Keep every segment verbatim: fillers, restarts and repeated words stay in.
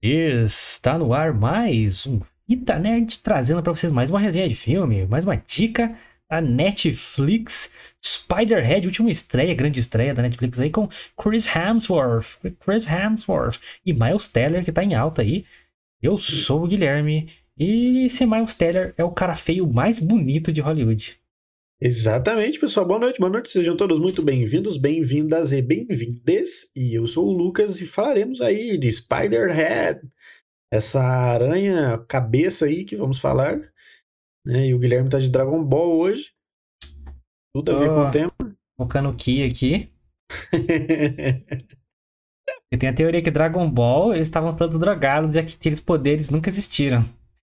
Está no ar mais um Fita Nerd trazendo para vocês mais uma resenha de filme, mais uma dica da Netflix. Spider-Head, última estreia, grande estreia da Netflix aí com Chris Hemsworth, Chris Hemsworth e Miles Teller que tá em alta aí. Eu sou o Guilherme e esse Miles Teller é o cara feio mais bonito de Hollywood. Exatamente, pessoal. Boa noite, boa noite. Sejam todos muito bem-vindos, bem-vindas e bem-vindes. E eu sou o Lucas e falaremos aí de Spider-Head, essa aranha cabeça aí que vamos falar, né? E o Guilherme tá de Dragon Ball hoje, tudo a ver com o Tô tema. focando o Ki aqui. E tem a teoria que Dragon Ball, eles estavam todos drogados e aqueles poderes nunca existiram.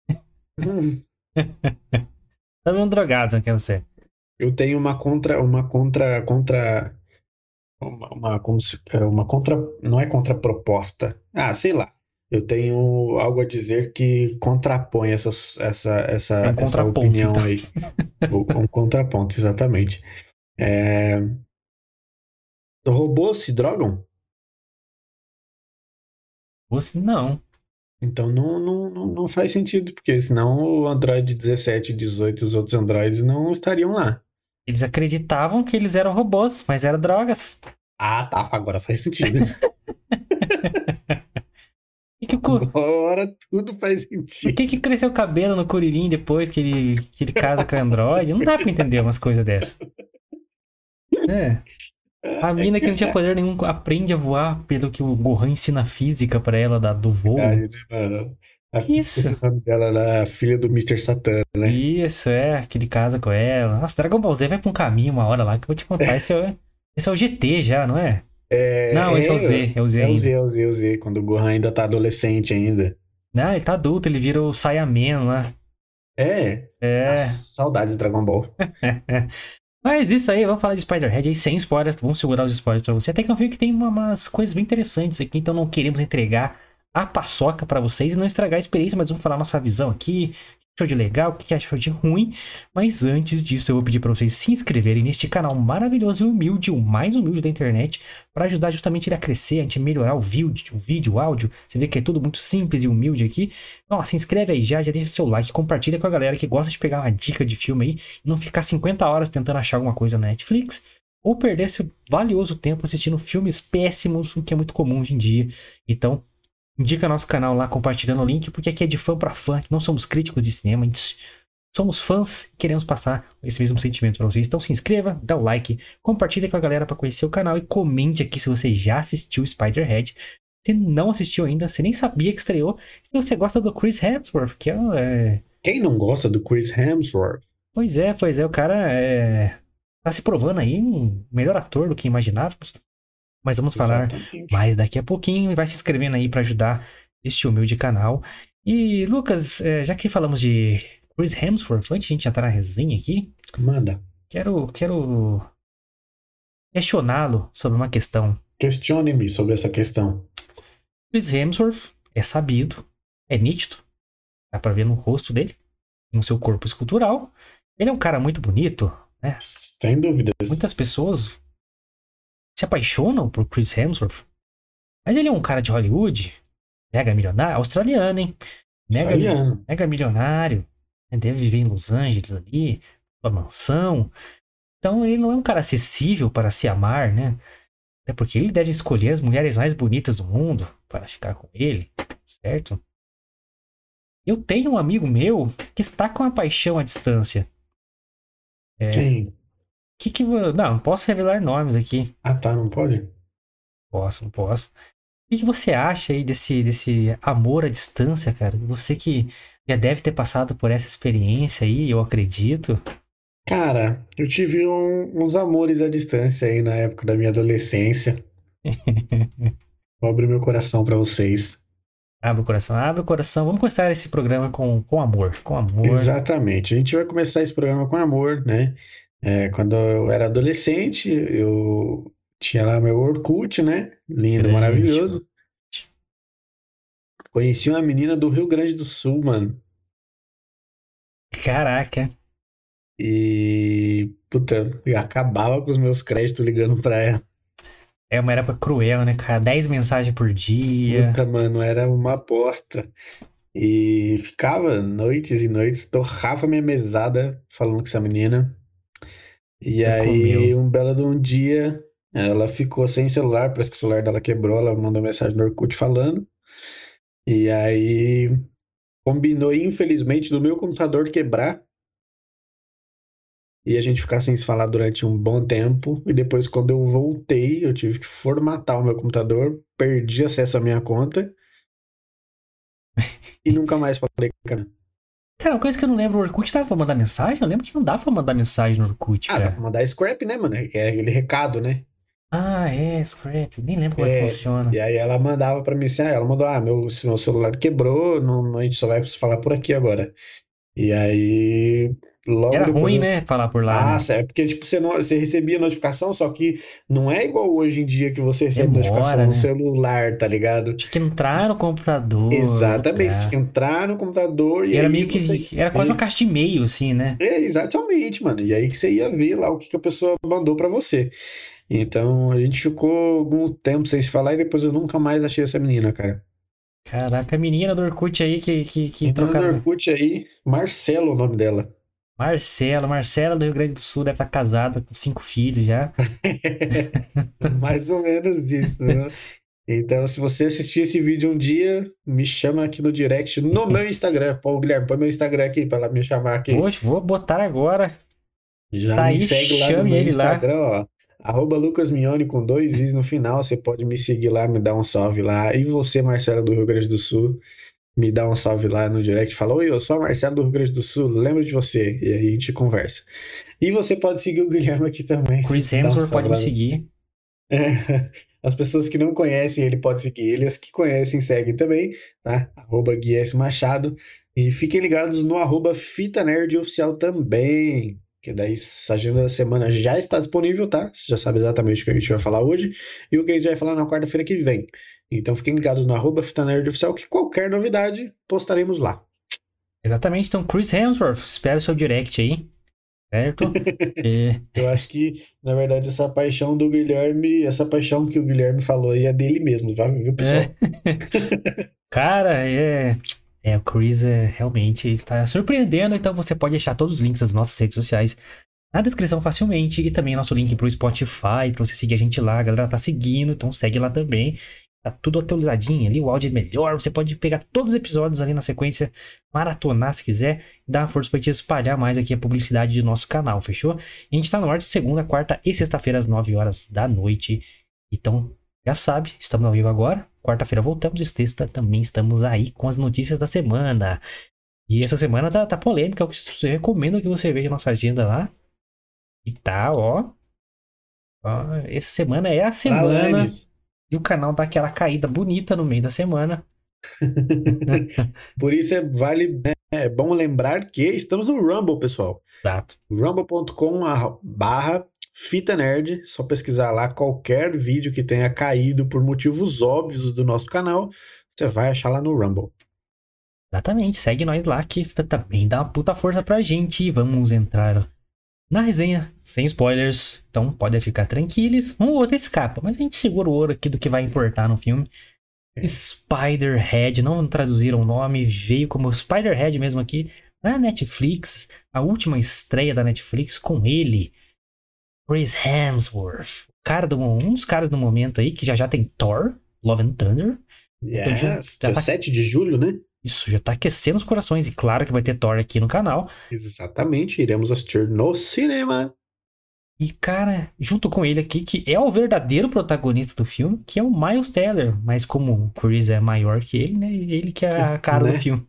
Todo mundo drogado, não quero ser. Eu tenho uma contra, uma contra, contra, uma, uma, como se, é, uma contra, não é contraproposta. Ah, sei lá. Eu tenho algo a dizer que contrapõe essa, essa, É um essa, essa contraponto, então. opinião aí. Um contraponto, exatamente. É, robôs se drogam? Você não. Então não, não, não não faz sentido, porque senão o Android dezessete, dezoito e os outros Androids não estariam lá. Eles acreditavam que eles eram robôs, mas eram drogas. Ah, tá, agora faz sentido. E que, co- Agora tudo faz Por sentido. que, que cresceu o cabelo no Kuririn depois que ele, que ele casa com a Android? Não dá pra entender umas coisas dessas. É. A Ai, mina que não tinha cara, poder nenhum aprende a voar pelo que o Gohan ensina física pra ela da, do voo. verdade, né, mano? A- Isso. Esqueci o nome dela, ela é a filha do mister Satan, né? Isso, é. Que ele casa com ela. Nossa, Dragon Ball Z vai pra um caminho uma hora lá que eu vou te contar. Esse é, o- esse é o G T já, não é? Não, esse é o É, é, Z. É o Z é o Z, ainda. é o Z, é o Z, quando o Gohan ainda tá adolescente ainda. Não, ele tá adulto, ele vira o Saiyaman lá. É, a É. saudades de Dragon Ball. Mas isso aí, vamos falar de Spider-Head aí sem spoilers. Vamos segurar os spoilers pra você. Até que é um filme que tem uma- umas coisas bem interessantes aqui, então não queremos entregar a paçoca pra vocês e não estragar a experiência, mas vamos falar nossa visão aqui. O que achou de legal, o que achou de ruim. Mas antes disso, eu vou pedir pra vocês se inscreverem neste canal maravilhoso e humilde, o mais humilde da internet, pra ajudar justamente ele a crescer, a gente melhorar o vídeo, o vídeo, o áudio. Você vê que é tudo muito simples e humilde aqui. Então, ó, se inscreve aí já, já deixa seu like, compartilha com a galera que gosta de pegar uma dica de filme aí e não ficar cinquenta horas tentando achar alguma coisa na Netflix ou perder seu valioso tempo assistindo filmes péssimos, o que é muito comum hoje em dia. Então, indica nosso canal lá compartilhando o link, porque aqui é de fã pra fã, não somos críticos de cinema, a gente somos fãs e queremos passar esse mesmo sentimento pra vocês. Então se inscreva, dá o like, compartilha com a galera pra conhecer o canal e comente aqui se você já assistiu Spider-Head. Se não assistiu ainda, se nem sabia que estreou, se você gosta do Chris Hemsworth, que é, é... Quem não gosta do Chris Hemsworth? Pois é, pois é, o cara é... tá se provando aí um melhor ator do que imaginávamos. Mas vamos falar Exatamente. mais daqui a pouquinho e vai se inscrevendo aí pra ajudar este humilde canal. E Lucas, é, já que falamos de Chris Hemsworth, antes de a gente entrar na resenha aqui, Manda. quero, quero questioná-lo sobre uma questão. Questione-me sobre essa questão. Chris Hemsworth é sabido, é nítido, dá pra ver no rosto dele, no seu corpo escultural. Ele é um cara muito bonito, né? Sem dúvidas. Muitas pessoas se apaixonam por Chris Hemsworth, mas ele é um cara de Hollywood, mega milionário, australiano, hein? Mega, Australiano. mega milionário, né? Deve viver em Los Angeles ali, sua mansão. Então ele não é um cara acessível para se amar, né? É porque ele deve escolher as mulheres mais bonitas do mundo para ficar com ele, certo? Eu tenho um amigo meu que está com a paixão à distância. É, Quem? que que vo- não, não posso revelar nomes aqui. Ah, tá, não pode? Posso, não posso. O que que você acha aí desse, desse amor à distância, cara? Você que já deve ter passado por essa experiência aí, eu acredito. Cara, eu tive um- uns amores à distância aí na época da minha adolescência. Vou abrir meu coração pra vocês. Abre o coração, abre o coração. Vamos começar esse programa com, com amor. Com amor. Exatamente. A gente vai começar esse programa com amor, né? É, quando eu era adolescente, eu tinha lá meu Orkut, né? Lindo, Grande. maravilhoso. Conheci uma menina do Rio Grande do Sul, mano. Caraca. E, puta, eu acabava com os meus créditos ligando pra ela. É uma época cruel, né, cara? Dez mensagens por dia. Puta, mano, era uma bosta. E ficava noites e noites, torrava minha mesada falando com essa menina. E Foi aí, comeu. um belo de um dia, ela ficou sem celular, parece que o celular dela quebrou, ela mandou mensagem no Orkut falando. E aí, combinou, infelizmente, do meu computador quebrar e a gente ficar sem se falar durante um bom tempo. E depois, quando eu voltei, eu tive que formatar o meu computador, perdi acesso à minha conta e nunca mais falei com ela. Cara, uma coisa que eu não lembro, o Orkut dava pra mandar mensagem? Eu lembro que não dava pra mandar mensagem no Orkut, Ah, dá pra cara. mandar scrap, né, mano? Que é aquele recado, né? Ah, é, Scrap. Nem lembro como é que É, funciona. e aí ela mandava pra mim assim, ah, ela mandou, ah, meu, se meu celular quebrou, não, a gente só vai se falar por aqui agora. E aí, logo Era depois ruim, eu né, falar por lá, né? passa, é porque tipo, você, não, você recebia notificação, só que não é igual hoje em dia que você recebe notificação Demora, no né? celular, tá ligado? Tinha que entrar no computador, Exatamente, você tinha que ligar. entrar no computador e E era aí meio você que. Era quase uma vê. caixa de e-mail, assim, né? É, exatamente, mano. E aí que você ia ver lá o que que a pessoa mandou pra você. Então a gente ficou algum tempo sem se falar e depois eu nunca mais achei essa menina, cara. Caraca, a menina do Orkut aí que, que, que Menina do trocava. Orkut aí, Marcelo, o nome dela. Marcela, Marcela do Rio Grande do Sul, deve estar casada com cinco filhos já. Mais ou menos isso, né? Então, se você assistir esse vídeo um dia, me chama aqui no direct, no meu Instagram. Pô, Guilherme, põe meu Instagram aqui pra ela me chamar aqui. Vou, vou botar agora. Já Está me aí, segue lá no chame meu ele lá. Instagram, ó. Arroba Lucas Mione com dois i's no final. Você pode me seguir lá, me dar um salve lá. E você, Marcelo do Rio Grande do Sul, me dá um salve lá no direct. Fala, oi, eu sou a Marcelo do Rio Grande do Sul, lembro de você. E aí a gente conversa. E você pode seguir o Guilherme aqui também, Chris dá um Hemsworth salve pode me lá. seguir. É, as pessoas que não conhecem ele podem seguir ele, as que conhecem seguem também, tá? Arroba Gui S. Machado. E fiquem ligados no arroba Fita Nerd Oficial também, que daí essa agenda da semana já está disponível, tá? Você já sabe exatamente o que a gente vai falar hoje e o que a gente vai falar na quarta-feira que vem. Então fiquem ligados no arroba Fita Nerd Oficial, que qualquer novidade postaremos lá. Exatamente, então Chris Hemsworth, espero o seu direct aí, certo? É, Eu acho que, na verdade, essa paixão do Guilherme, essa paixão que o Guilherme falou aí é dele mesmo, tá? Viu, é. pessoal? Cara, é. É, o Chris é, realmente está surpreendendo, então você pode deixar todos os links das nossas redes sociais na descrição facilmente e também nosso link pro Spotify, pra você seguir a gente lá. A galera tá seguindo, então segue lá também. Tá tudo atualizadinho ali, o áudio é melhor. Você pode pegar todos os episódios ali na sequência, maratonar se quiser, e dar uma força pra gente espalhar mais aqui a publicidade do nosso canal, fechou? E a gente tá no ar de segunda, quarta e sexta-feira às nove horas da noite. Então, já sabe, estamos ao vivo agora. Quarta-feira voltamos e sexta também estamos aí com as notícias da semana. E essa semana tá, tá polêmica, eu recomendo que você veja a nossa agenda lá. E tá, ó. Ó, essa semana é a semana Alanis. e o canal dá aquela caída bonita no meio da semana. Por isso é, vale, né, é bom lembrar que estamos no Rumble, pessoal. Exato. rumble ponto com barra Fita Nerd. Só pesquisar lá qualquer vídeo que tenha caído por motivos óbvios do nosso canal. Você vai achar lá no Rumble. Exatamente. Segue nós lá que isso também dá uma puta força pra gente. E vamos entrar na resenha sem spoilers. Então pode ficar tranquilos. Um ou outro escapa, mas a gente segura o ouro aqui do que vai importar no filme. É. Spider-Head, não traduziram o nome, veio como Spider-Head mesmo aqui na Netflix, a última estreia da Netflix com ele, Chris Hemsworth, cara do, um dos caras do momento aí, que já já tem Thor, Love and Thunder, então já, Yes. já Dia tá, sete de julho, né? isso, já tá aquecendo os corações, e claro que vai ter Thor aqui no canal, Exatamente. Iremos assistir no cinema. e cara, junto com ele aqui, que é o verdadeiro protagonista do filme, que é o Miles Teller, mas como o Chris é maior que ele, né, ele que é a cara do Né? filme.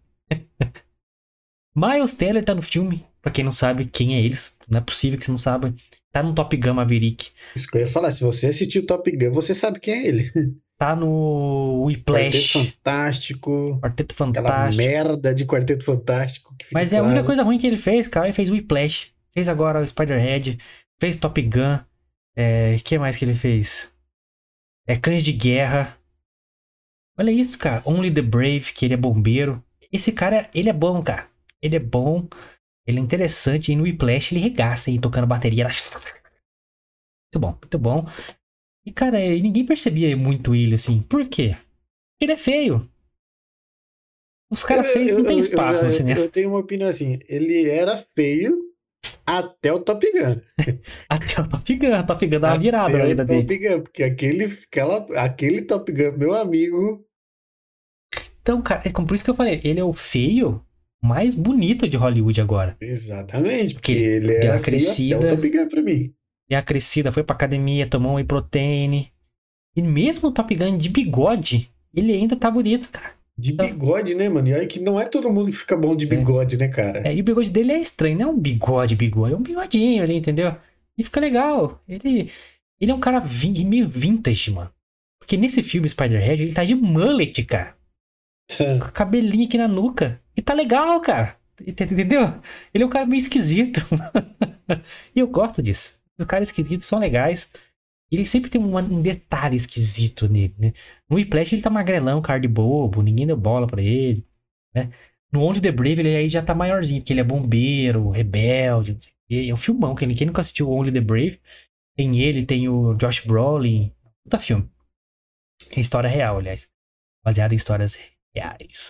Miles Teller tá no filme, pra quem não sabe quem é ele, não é possível que você não saiba. Tá no Top Gun Maverick, Isso que eu ia falar. Se você assistiu Top Gun, você sabe quem é ele. tá no Quarteto Whiplash, Fantástico. Quarteto Aquela Fantástico. merda de Quarteto Fantástico, que fique Mas é a única claro. coisa ruim que ele fez, cara, ele fez Whiplash, fez agora o Spider-Head, fez Top Gun, é, o que mais que ele fez? É Cães de Guerra. Olha isso, cara, Only the Brave, que ele é bombeiro. Esse cara, ele é bom, cara. Ele é bom, ele é interessante, e no Whiplash ele regaça aí, tocando bateria. Muito bom, muito bom. E, cara, e ninguém percebia muito ele, assim. Por quê? Porque ele é feio. Os Eu, caras feios eu, não tem eu, eu espaço no já, cinema. eu tenho uma opinião assim, ele era feio até o Top Gun. Até o Top Gun. O Top Gun dá uma virada Até na o vida dele. Top Gun, porque aquele, aquela, aquele Top Gun, meu amigo. Então, cara, é como por isso que eu falei, ele é o feio mais bonito de Hollywood agora. Exatamente, Porque porque ele ele deu era a feio até o Top crescida, Gun pra mim. deu a crescida, foi pra academia, tomou um whey protein. E mesmo o Top Gun de bigode, ele ainda tá bonito, cara. De Então, bigode, né, mano? E aí que não é todo mundo que fica bom de é, bigode, né, cara? é, e o bigode dele é estranho, não é um bigode, bigode, é um bigodinho ali, entendeu? E fica legal. Ele, ele é um cara vin- meio vintage, mano. Porque nesse filme Spider-Head, ele tá de mullet, cara. Com cabelinho aqui na nuca. E tá legal, cara. Ent- Entendeu? Ele é um cara meio esquisito. E eu gosto disso. Os caras esquisitos são legais. E ele sempre tem um, um detalhe esquisito nele, né? No Whiplash ele tá magrelão, cara de bobo. Ninguém deu bola pra ele, né? No Only the Brave ele aí já tá maiorzinho. Porque ele é bombeiro, rebelde, não sei o quê. É um filmão. Quem, quem nunca assistiu Only the Brave, tem ele, tem o Josh Brolin. Puta filme. É história real, aliás. Baseada em histórias reais.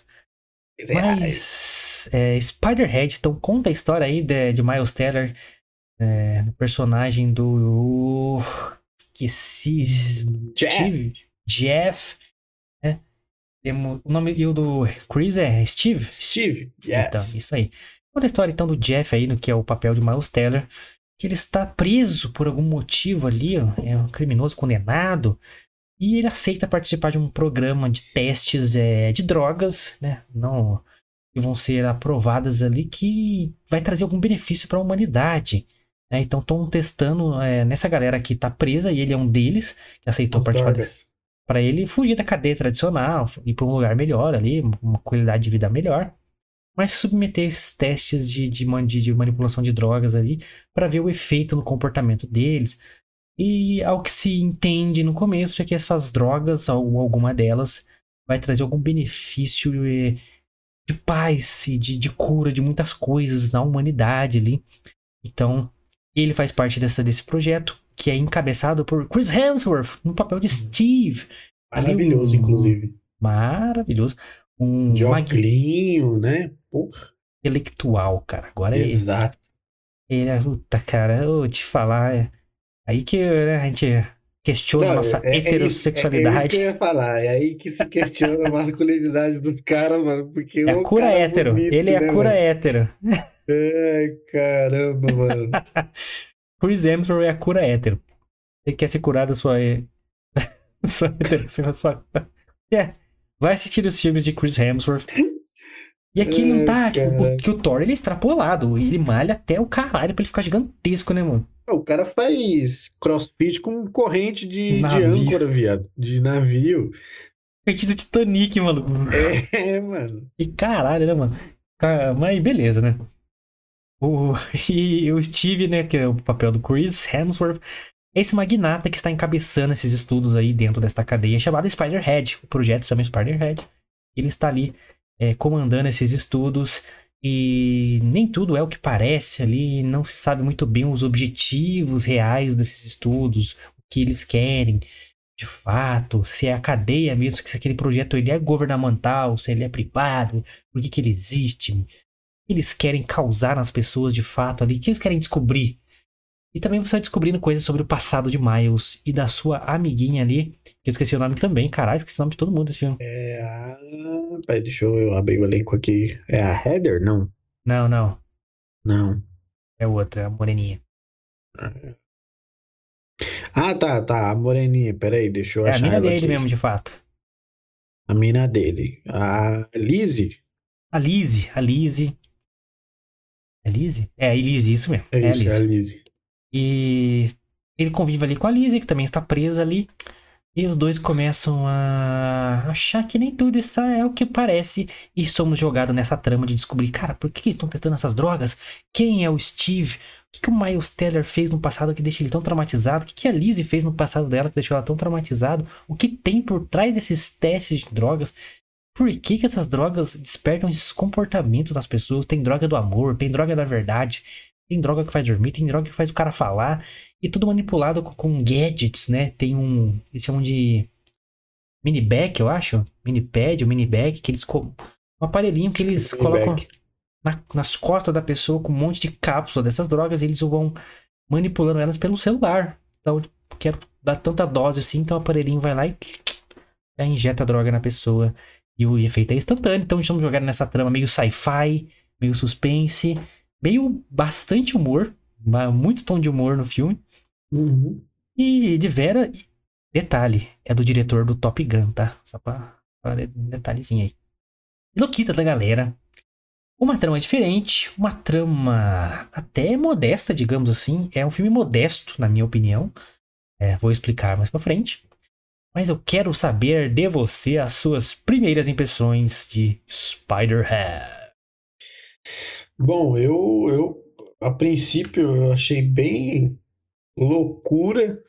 Mas é, Spider-Head, então conta a história aí de, de Miles Teller, é, o personagem do. Esqueci. Jeff. Steve? Jeff. Né? Temos, o nome e o do Chris é Steve? Steve, Então, yes. isso aí. Conta a história então do Jeff aí, no que é o papel de Miles Teller, que ele está preso por algum motivo ali, ó, é um criminoso condenado. E ele aceita participar de um programa de testes é, de drogas, né? Não, que vão ser aprovadas ali, que vai trazer algum benefício para a humanidade. Né? Então estão testando é, nessa galera que está presa, e ele é um deles, que aceitou As participar. drogas. Para ele fugir da cadeia tradicional, ir para um lugar melhor ali, uma qualidade de vida melhor. Mas submeter esses testes de, de, de, de manipulação de drogas ali, para ver o efeito no comportamento deles. E ao que se entende no começo é que essas drogas, ou alguma delas, vai trazer algum benefício eh, de paz e de, de cura de muitas coisas na humanidade ali. Então, ele faz parte dessa, desse projeto, que é encabeçado por Chris Hemsworth, no papel de Steve. Maravilhoso, Ali, um, inclusive. Maravilhoso. Um De mag óculinho, né? Porra. intelectual, cara. Agora ele, Exato. ele é. Puta, cara, eu vou te falar. É, aí que né, a gente questiona a Não, nossa é, é, isso, é, é isso que heterossexualidade. eu ia falar. É aí que se questiona a masculinidade dos caras, mano. Porque É a o cura cara hétero. Ele bonito, é a né, cura mano? hétero. Ai, caramba, mano. Chris Hemsworth é a cura hétero. Ele quer se curar da sua. sua heterossexualidade. Sua... É. Vai assistir os filmes de Chris Hemsworth. E aqui ele não Ai, tá, tipo, o, cara. que o Thor ele é extrapolado. Ele malha até o caralho pra ele ficar gigantesco, né, mano? O cara faz crossfit com corrente de, de Navio. âncora, viado. De navio. Feitiço Titanic, mano. É, mano. E caralho, né, mano? Cara, mas beleza, né? O, e o Steve, né, que é o papel do Chris Hemsworth, é esse magnata que está encabeçando esses estudos aí dentro desta cadeia chamada Spider-Head. O projeto se chama Spider-Head. Ele está ali é, comandando esses estudos e nem tudo é o que parece ali. Não se sabe muito bem os objetivos reais desses estudos, o que eles querem de fato, se é a cadeia mesmo, se aquele projeto ele é governamental, se ele é privado, por que, que ele existe, eles querem causar nas pessoas de fato ali, o que eles querem descobrir. E também você vai descobrindo coisas sobre o passado de Miles e da sua amiguinha ali, que eu esqueci o nome também, caralho, esqueci o nome de todo mundo desse filme. É a. Peraí, deixa eu abrir o elenco aqui. É a Heather? Não. Não, não, Não. é outra, a moreninha. Ah, tá, tá. A moreninha. Peraí, deixa eu É a achar mina ela dele aqui. mesmo, de fato. A mina dele. A Lizzie. A Lizzie, a Lizzie. É Lizzie? É, a Lizzie, isso mesmo, É é a isso, é a Lizzie. Lizzie. E ele convive ali com a Lizzie, que também está presa ali. E os dois começam a achar que nem tudo isso é o que parece. E somos jogados nessa trama de descobrir, cara, por que eles estão testando essas drogas? Quem é o Steve? O que, que o Miles Teller fez no passado que deixa ele tão traumatizado? O que, que a Lizzie fez no passado dela que deixou ela tão traumatizado? O que tem por trás desses testes de drogas? Por que, que essas drogas despertam esses comportamentos nas pessoas? Tem droga do amor, tem droga da verdade. Tem droga que faz dormir, tem droga que faz o cara falar. E tudo manipulado com, com gadgets, né? Tem um. Eles chamam de. Mini bag, eu acho. Mini pad ou mini bag. Que eles. Um aparelhinho que eles colocam na, nas costas da pessoa com um monte de cápsula dessas drogas. E eles vão manipulando elas pelo celular. Então, quero dar tanta dose assim. Então o aparelhinho vai lá e. Já injeta a droga na pessoa. E o efeito é instantâneo. Então estamos jogando nessa trama meio sci-fi, meio suspense, meio bastante humor. Muito tom de humor no filme. Uhum. E de vera, detalhe, é do diretor do Top Gun, tá? Só pra falar um detalhezinho aí. Loquita da galera. Uma trama diferente, uma trama até modesta, digamos assim. É um filme modesto, na minha opinião. É, vou explicar mais pra frente. Mas eu quero saber de você as suas primeiras impressões de Spider-Head. Bom, eu, eu a princípio eu achei bem loucura,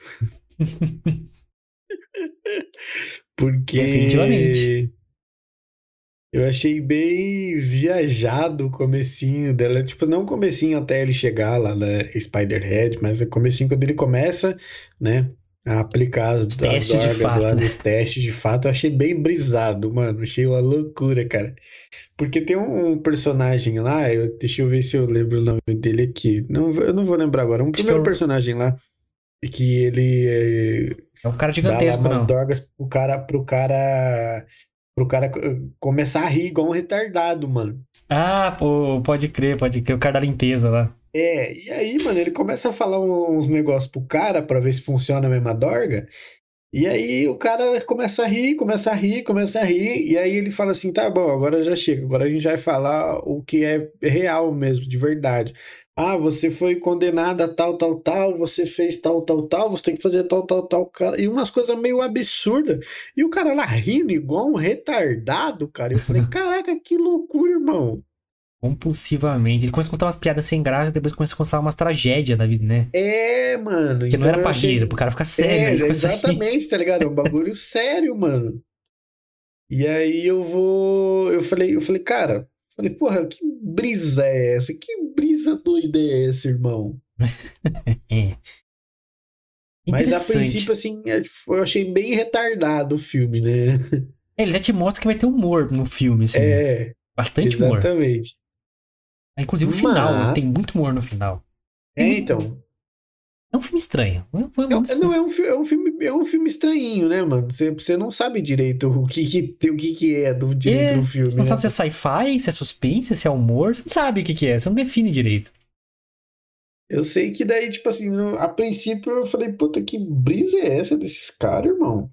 Definitivamente. porque eu achei bem viajado o comecinho dela. Tipo, não o comecinho até ele chegar lá na Spider-Head, mas o comecinho quando ele começa, né, a aplicar as, Os as testes de drogas lá fato, né? nos testes de fato. Eu achei bem brisado, mano. Achei uma loucura, cara. Porque tem um, um personagem lá, eu, deixa eu ver se eu lembro o nome dele aqui. Não, vou- eu não vou lembrar agora. Um Acho que é primeiro o, personagem lá, que ele eh, é um cara dá lá gigantesco, umas não. drogas pro cara, pro cara, pro cara eh, começar a rir igual um retardado, mano. Ah, pô, pode crer, pode crer. O cara da limpeza lá. É, e aí, mano, ele começa a falar uns negócios pro cara pra ver se funciona a mesma dorga. E aí o cara começa a rir, começa a rir, começa a rir, e aí ele fala assim, tá bom, agora já chega, agora a gente vai falar o que é real mesmo, de verdade. Ah, você foi condenado a tal, tal, tal, você fez tal, tal, tal, você tem que fazer tal, tal, tal, cara. E umas coisas meio absurdas. E o cara lá rindo igual um retardado, cara. Eu falei, caraca, que loucura, irmão. Compulsivamente. Ele começa a contar umas piadas sem graça, depois começa a contar umas tragédias da vida, né? É, mano, Que não então era eu pra rir, era achei. pro cara ficar sério, É, aí ele começa a rir. exatamente, tá ligado? É um bagulho sério, mano. E aí eu vou, eu falei, eu falei, cara, falei, porra, que brisa é essa? Que brisa doida é essa, irmão? É. Mas a princípio, Interessante. assim, é, tipo, eu achei bem retardado o filme, né? É, ele já te mostra que vai ter humor no filme, assim. É, Bastante humor. exatamente. Inclusive o final, tem Mas, muito humor no final. Tem é, muito... então, É um filme estranho. é, é- Vamos... não é um, fi- é um filme, é um filme estranho, né, mano? Você, você não sabe direito o que, que, o que, que é do direito É, do você filme, não né? sabe se é sci-fi, se é suspense, se é humor. Você não sabe o que que é, você não define direito. Eu sei que daí, tipo assim, no- a princípio eu falei, puta, que brisa é essa desses caras, irmão?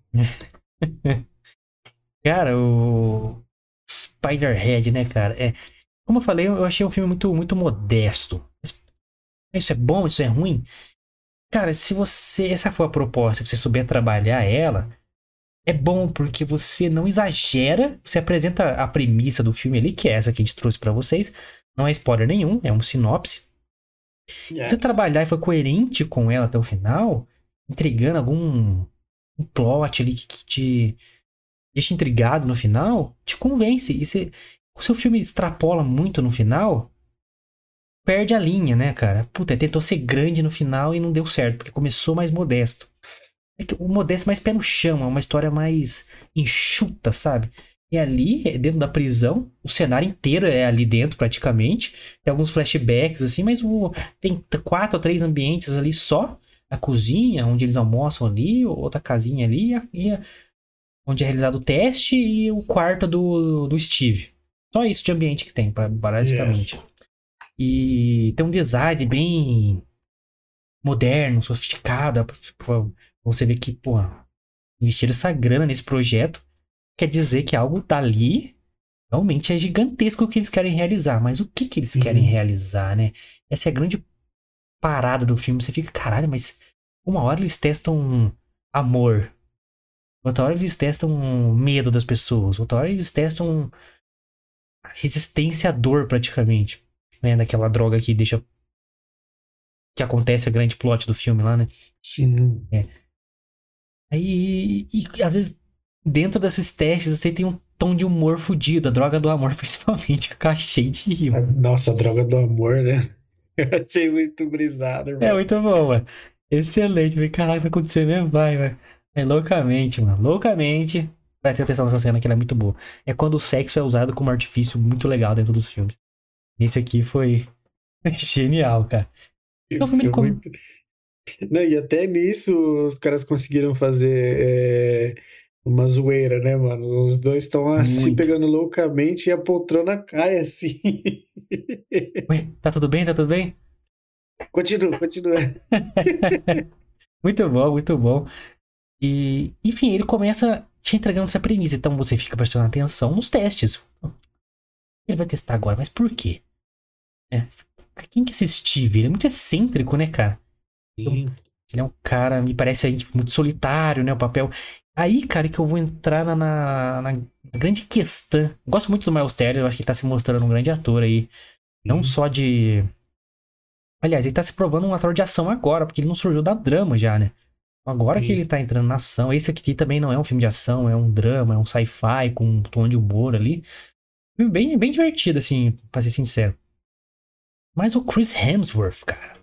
Cara, o Spider-Head, né, cara? É, como eu falei, eu achei um filme muito, muito modesto. Isso é bom, isso é ruim? Cara, se você. Essa for a proposta, se você souber trabalhar ela, é bom porque você não exagera. Você apresenta a premissa do filme ali, que é essa que a gente trouxe pra vocês. Não é spoiler nenhum, é um sinopse. Se você Yes. trabalhar e for coerente com ela até o final, entregando algum um plot ali que, que te deixa intrigado no final, te convence. E se o seu filme extrapola muito no final, perde a linha, né, cara? Puta, tentou ser grande no final e não deu certo, porque começou mais modesto. É que o modesto é mais pé no chão, é uma história mais enxuta, sabe? E ali, é dentro da prisão, o cenário inteiro é ali dentro, praticamente. Tem alguns flashbacks, assim, mas o, tem quatro ou três ambientes ali só. A cozinha, onde eles almoçam ali, outra casinha ali, e, a, e a, onde é realizado o teste, e o quarto do, do Steve. Só isso de ambiente que tem, basicamente. Yes. E tem um design bem moderno, sofisticado. Tipo, você vê que, pô, investir essa grana nesse projeto quer dizer que algo dali realmente é gigantesco o que eles querem realizar. Mas o que que eles querem Uhum. realizar, né? Essa é a grande parada do filme. Você fica, caralho, mas uma hora eles testam amor. Outra hora eles testam medo das pessoas. Outra hora eles testam resistência à dor, praticamente. Né? Daquela droga que deixa... Que acontece a grande plot do filme lá, né? Sim. É. Aí, e, e, às vezes, dentro desses testes, você tem um tom de humor fudido. A droga do amor, principalmente, que eu achei de rir, A mano. nossa droga do amor, né? Eu achei muito brisado, É irmão. muito bom, mano. Excelente. Falei, caraca, vai acontecer mesmo? Vai, vai. É loucamente, mano. Loucamente. Vai ter atenção nessa cena que ela é muito boa. É quando o sexo é usado como artifício muito legal dentro dos filmes. Esse aqui foi genial, cara. Então, o filme ele Foi come muito. Não, e até nisso os caras conseguiram fazer é, uma zoeira, né, mano? Os dois estão lá se muito. pegando loucamente e a poltrona cai assim. Ué, tá tudo bem? Tá tudo bem? Continua, continua. Muito bom, muito bom. E, enfim, ele começa te entregando essa premissa. Então você fica prestando atenção nos testes. Ele vai testar agora, mas por quê? É. Quem que é esse Steve? Ele é muito excêntrico, né, cara? Sim. Ele é um cara, me parece aí, tipo, muito solitário, né? O papel. Aí, cara, que eu vou entrar na, na, na grande questão. Gosto muito do Miles Teller, eu acho que ele tá se mostrando um grande ator aí. Não Sim. só de. Aliás, ele tá se provando um ator de ação agora, porque ele não surgiu da drama já, né? Agora que Sim. ele tá entrando na ação, esse aqui também não é um filme de ação, é um drama, é um sci-fi com um tom de humor ali. Filme bem, bem divertido, assim, pra ser sincero. Mas o Chris Hemsworth, cara,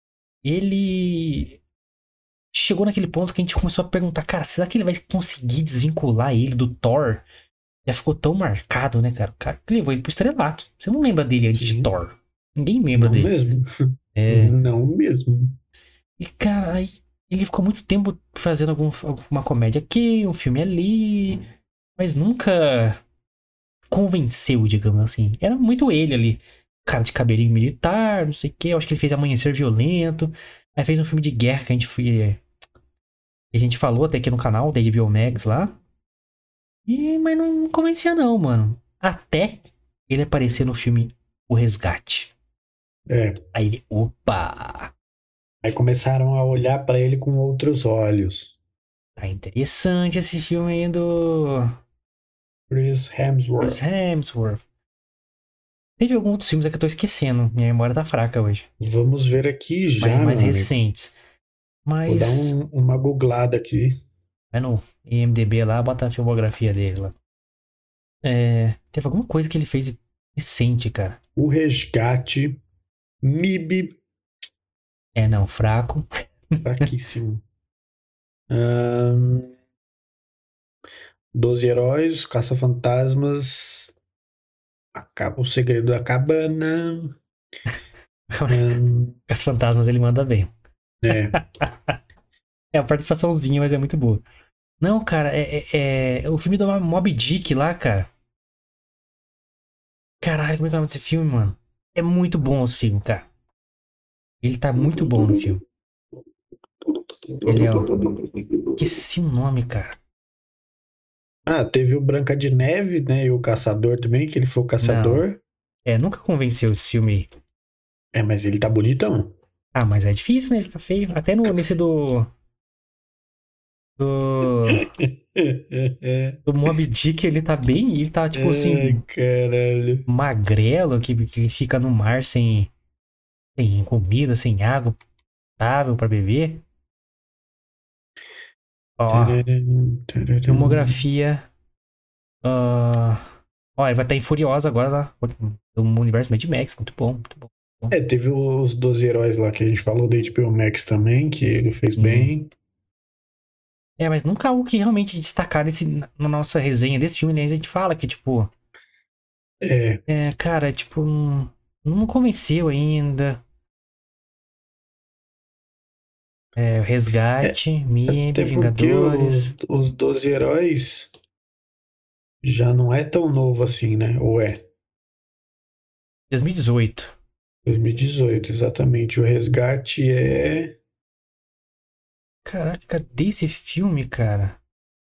ele chegou naquele ponto que a gente começou a perguntar, cara, será que ele vai conseguir desvincular ele do Thor? Já ficou tão marcado, né, cara? O cara que levou ele pro estrelato. Você não lembra dele antes de Sim. Thor. Ninguém lembra Não dele. mesmo. É. Não mesmo. E, cara, aí ele ficou muito tempo fazendo algum, alguma comédia aqui, um filme ali, mas nunca convenceu, digamos assim. Era muito ele ali. Cara de cabelinho militar, não sei o quê. Eu acho que ele fez Amanhecer Violento. Aí fez um filme de guerra que a gente foi. A gente falou até aqui no canal, da H B O Max lá. E, mas não convencia não, mano. Até ele aparecer no filme O Resgate. É. Aí ele, opa, Aí começaram a olhar pra ele com outros olhos. tá interessante esse filme aí do Chris Chris Hemsworth. Hemsworth. Teve alguns outros filmes aí que eu tô esquecendo. Minha memória tá fraca hoje. Vamos ver aqui Mais, já, mais meu amigo. recentes. Vou dar Mas um- uma googlada aqui. vai no I M D B lá, bota a filmografia dele lá. É, teve alguma coisa que ele fez recente, cara. O Resgate, M I B, É, não, fraco. fraquíssimo. Ahn, Doze Heróis, Caça-Fantasmas, Aca- O Segredo da Cabana. Ahn, As fantasmas ele manda bem. é, É a participaçãozinha, mas é muito boa. Não, cara, é, é, é o filme do Moby Dick lá, cara. Caralho, como é que é o nome desse filme, mano? É muito bom esse filme, cara. Ele tá muito bom no filme. Ele é, ó. Esqueci o nome, cara. Ah, teve o Branca de Neve, né? E o Caçador também, que ele foi o Não. caçador. É, nunca convenceu esse filme aí. É, mas ele tá bonitão. Ah, mas é difícil, né? Ele fica feio. Até no, nesse do. Do. Do Moby Dick ele tá bem. Ele tá, tipo Ai, assim, caralho. magrelo, que, que fica no mar sem, sem comida, sem água potável pra beber. Ó, Tararam, tararam. filmografia. ah, Ó, ele vai estar em Furiosa agora lá. No universo Mad Max. Muito bom, muito bom. É, teve os Doze Heróis lá que a gente falou da H B O Max também, que ele fez Sim. bem. É, mas nunca algo que realmente destacar nesse, na nossa resenha desse filme, né? A gente fala que, tipo, É, é, cara, tipo, não, não convenceu ainda. É, o é, Resgate, M I B, até porque Vingadores. os, os Doze Heróis já não é tão novo assim, né? Ou é? dois mil e dezoito. dois mil e dezoito, exatamente. O Resgate é. Caraca, cadê esse filme, cara?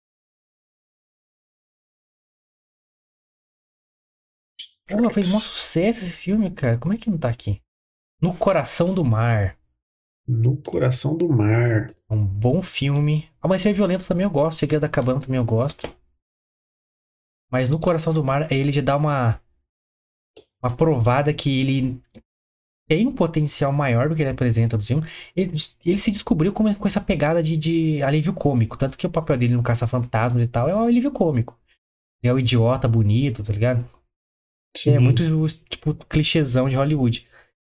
Porra, fez maior Strikes. sucesso esse filme, cara. Como é que não tá aqui? No Coração do Mar. No Coração do Mar. É um bom filme. Amanhecer Violento também eu gosto. Segredo da Cabana também eu gosto. Mas no Coração do Mar, ele já dá uma, uma provada que ele tem um potencial maior do que ele apresenta no filme. Ele, ele se descobriu com, com essa pegada de, de alívio cômico. Tanto que o papel dele no Caça-Fantasmas e tal é um alívio cômico. Ele é o idiota bonito, tá ligado? É muito, Sim. tipo, clichêzão de Hollywood.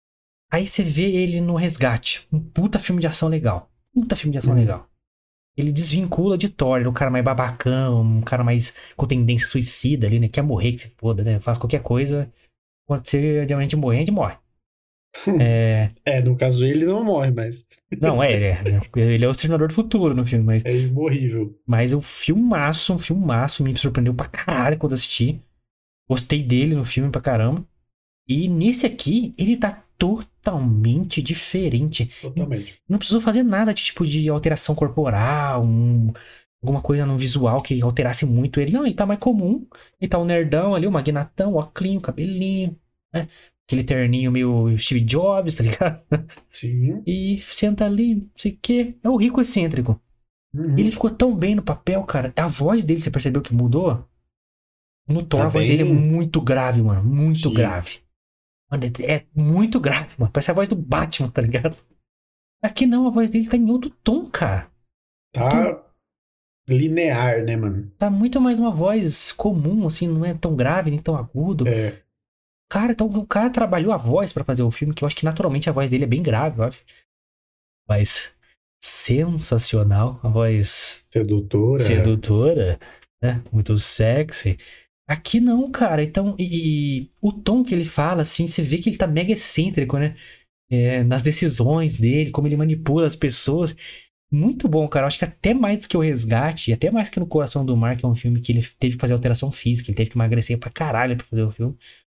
Aí você vê ele no Resgate. Um puta filme de ação legal. Puta filme de ação Hum. legal. Ele desvincula de Thor, ele é um cara mais babacão, um cara mais com tendência suicida ali, né? Quer morrer, que se foda, né? Faz qualquer coisa. Quando você realmente morrer, a gente morre. É... É, no caso ele não morre, mas Não, é, ele é, ele é o Exterminador do Futuro no filme, mas, é imorrível. mas um filmaço, um filmaço, me surpreendeu pra caralho quando eu assisti. Gostei dele no filme pra caramba. E nesse aqui, ele tá totalmente diferente. Totalmente. Não precisou fazer nada de tipo de alteração corporal, um- alguma coisa no visual que alterasse muito ele. Não, ele tá mais comum. Ele tá um nerdão ali, um magnatão, óculinho, cabelinho, né? Aquele terninho meio Steve Jobs, tá ligado? Sim. E senta ali, não sei o quê. É o rico excêntrico. Ele Uhum. ficou tão bem no papel, cara. A voz dele, você percebeu que mudou? No Thor, Tá a voz dele é bem. muito grave, mano. Muito Sim. grave. Mano, é é muito grave, mano. Parece a voz do Batman, tá ligado? Aqui não, a voz dele tá em outro tom, cara. Um tom, Tá linear, né, mano? tá muito mais uma voz comum, assim, não é tão grave nem tão agudo. É. Cara, então o cara trabalhou a voz pra fazer o filme, que eu acho que naturalmente a voz dele é bem grave, eu acho. Mas sensacional, a voz Sedutora. sedutora, né? Muito sexy. Aqui não, cara. Então, e, e o tom que ele fala, assim, você vê que ele tá mega excêntrico, né? É, nas decisões dele, como ele manipula as pessoas. Muito bom, cara. Eu acho que até mais do que o Resgate, até mais que no Coração do Mar, que é um filme que ele teve que fazer alteração física, ele teve que emagrecer pra caralho pra fazer o filme.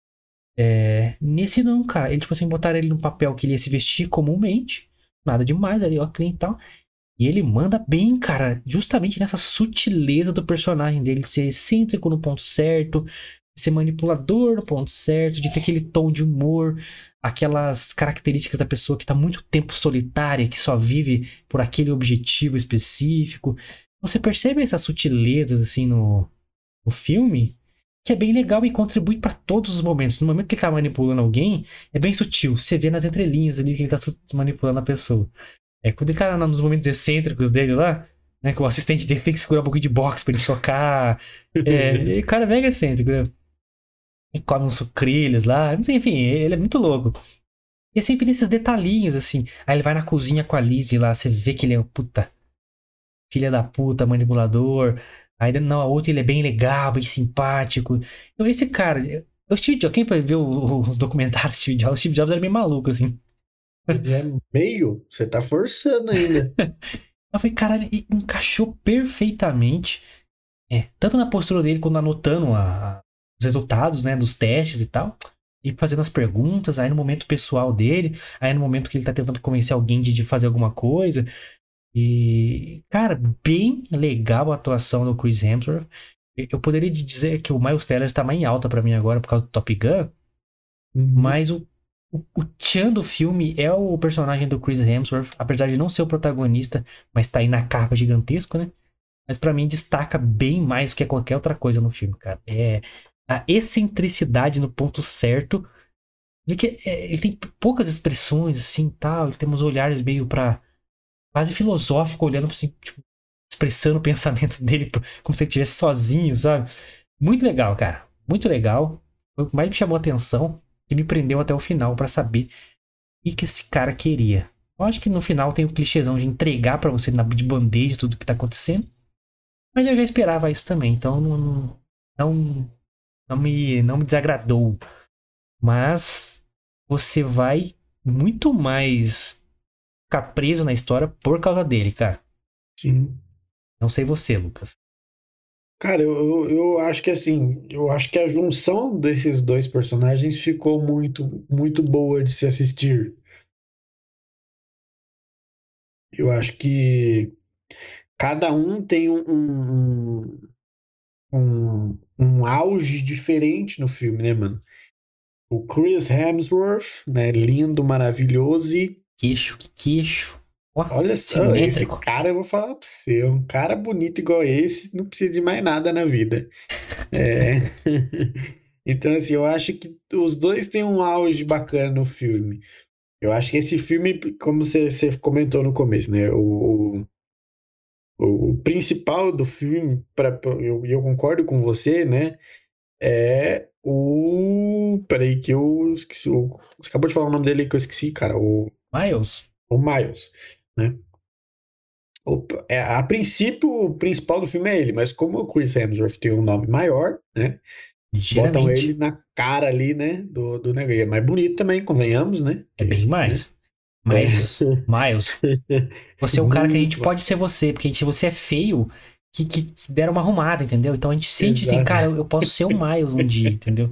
É, nesse não, cara. Ele, tipo assim, botaram ele num papel que ele ia se vestir comumente. Nada demais ali, ó, clean e tal. E ele manda bem, cara, justamente nessa sutileza do personagem dele, de ser excêntrico no ponto certo, de ser manipulador no ponto certo, de ter aquele tom de humor, aquelas características da pessoa que tá muito tempo solitária, que só vive por aquele objetivo específico. Você percebe essas sutilezas, assim, no, no filme, que é bem legal e contribui pra todos os momentos. No momento que ele tá manipulando alguém, é bem sutil. Você vê nas entrelinhas ali que ele tá su- manipulando a pessoa. É quando ele tá nos momentos excêntricos dele lá, né? Que o assistente dele tem que segurar um pouquinho de boxe pra ele socar. É, e o cara é mega excêntrico, né? E come uns sucrilhos lá. Mas, enfim, ele é muito louco. E é sempre nesses detalhinhos, assim. Aí ele vai na cozinha com a Lizzie lá, você vê que ele é um puta, filha da puta, manipulador. Aí não, a outra ele é bem legal, bem simpático. Então esse cara, o Steve Jobs, quem pra ver o- os documentários do Steve Jobs, o Steve Jobs era meio maluco, assim. Ele é meio. Você tá forçando ainda. Eu falei, caralho, ele encaixou perfeitamente. É, tanto na postura dele, quando anotando a- a- os resultados, né, dos testes e tal, e fazendo as perguntas, aí no momento pessoal dele, aí no momento que ele tá tentando convencer alguém de, de fazer alguma coisa. E, cara, bem legal a atuação do Chris Hemsworth. Eu eu poderia dizer que o Miles Teller está mais em alta pra mim agora por causa do Top Gun, Uhum. mas o, o, o Chan do filme é o personagem do Chris Hemsworth, apesar de não ser o protagonista, mas tá aí na capa gigantesco, né? Mas pra mim destaca bem mais do que qualquer outra coisa no filme, cara. É a excentricidade no ponto certo. Vê que é, ele tem poucas expressões assim, tal. Ele tem uns olhares meio pra quase filosófico, olhando assim, tipo, expressando o pensamento dele como se ele estivesse sozinho, sabe? Muito legal, cara. Muito legal. Foi o que mais me chamou a atenção e me prendeu até o final pra saber o que que esse cara queria. Eu acho que no final tem o clichêzão de entregar pra você na de bandeja tudo que tá acontecendo. Mas eu já esperava isso também, então não, não, não, me, não me desagradou. Mas você vai muito mais ficar preso na história por causa dele, cara. Sim. Não sei você, Lucas. Cara, eu, eu, eu acho que assim, eu acho que a junção desses dois personagens ficou muito, muito boa de se assistir. Eu acho que cada um tem um, um, um, um auge diferente no filme, né, mano? O Chris Hemsworth, né, lindo, maravilhoso e Queixo, que queixo. Ó, olha só, esse simétrico. cara, eu vou falar pra você, um cara bonito igual esse, não precisa de mais nada na vida. É. Então, assim, eu acho que os dois têm um auge bacana no filme. Eu acho que esse filme, como você, você comentou no começo, né? O, o, o principal do filme, pra, pra- eu, eu concordo com você, né? É o com. Peraí, que eu esqueci. o- Você acabou de falar o nome dele que eu esqueci, cara. O, Miles, o Miles, né? O- é, a princípio, o principal do filme é ele, mas como o Chris Hemsworth tem um nome maior, né? Botam ele ligeiramente. na cara ali, né? Do, do negócio. E é mais bonito também, convenhamos, né? É Que, bem né? mais. É. Mas, Miles, você é o cara que a gente Muito mais. pode ser você, porque a gente, você é feio que, que, que deram uma arrumada, entendeu? Então a gente sente assim, Exato. cara, eu, eu posso ser o Miles um dia, entendeu?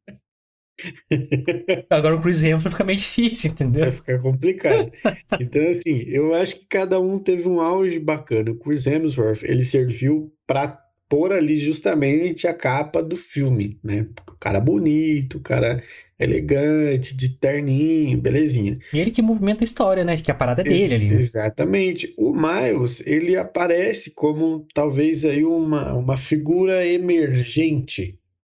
Agora o Chris Hemsworth fica meio difícil, Vai entendeu? ficar complicado. Então, assim, eu acho que cada um teve um auge bacana. O Chris Hemsworth, ele serviu para pôr ali justamente a capa do filme, né? Porque o cara bonito, o cara elegante, de terninho, belezinha. E ele que movimenta a história, né? Que a parada é dele Ex- ali, né? exatamente. O Miles, ele aparece como talvez aí uma, uma figura emergente,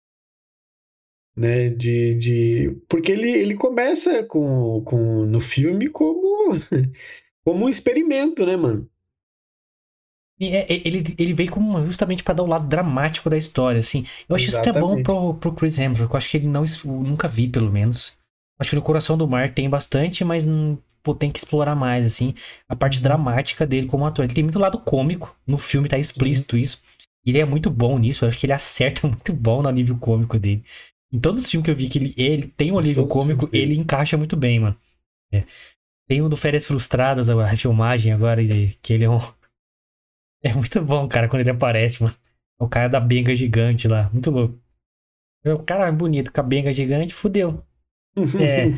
né? De, de... Porque ele, ele começa com, com, no filme como, como um experimento, né, mano? E é- é- ele, ele veio como justamente pra dar o lado dramático da história, assim. Eu acho isso até bom Exatamente. pro, pro Chris Hemsworth. Eu acho que ele não, es- eu nunca vi, pelo menos. Acho que no Coração do Mar tem bastante, mas hum, pô, tem que explorar mais, assim, a parte Uhum. dramática dele como ator. Ele tem muito lado cômico. No filme tá Sim. explícito isso. Ele é muito bom nisso. Eu acho que ele acerta muito bom no alívio cômico dele. Em todos os filmes que eu vi que ele, ele tem um Em alívio todos os filmes cômico, ele dele. encaixa muito bem, mano. É. Tem um do Férias Frustradas, a refilmagem agora, e- que ele é um. É muito bom, cara, quando ele aparece, mano. O cara da benga gigante lá. Muito louco. O cara é bonito com a benga gigante, fudeu. É.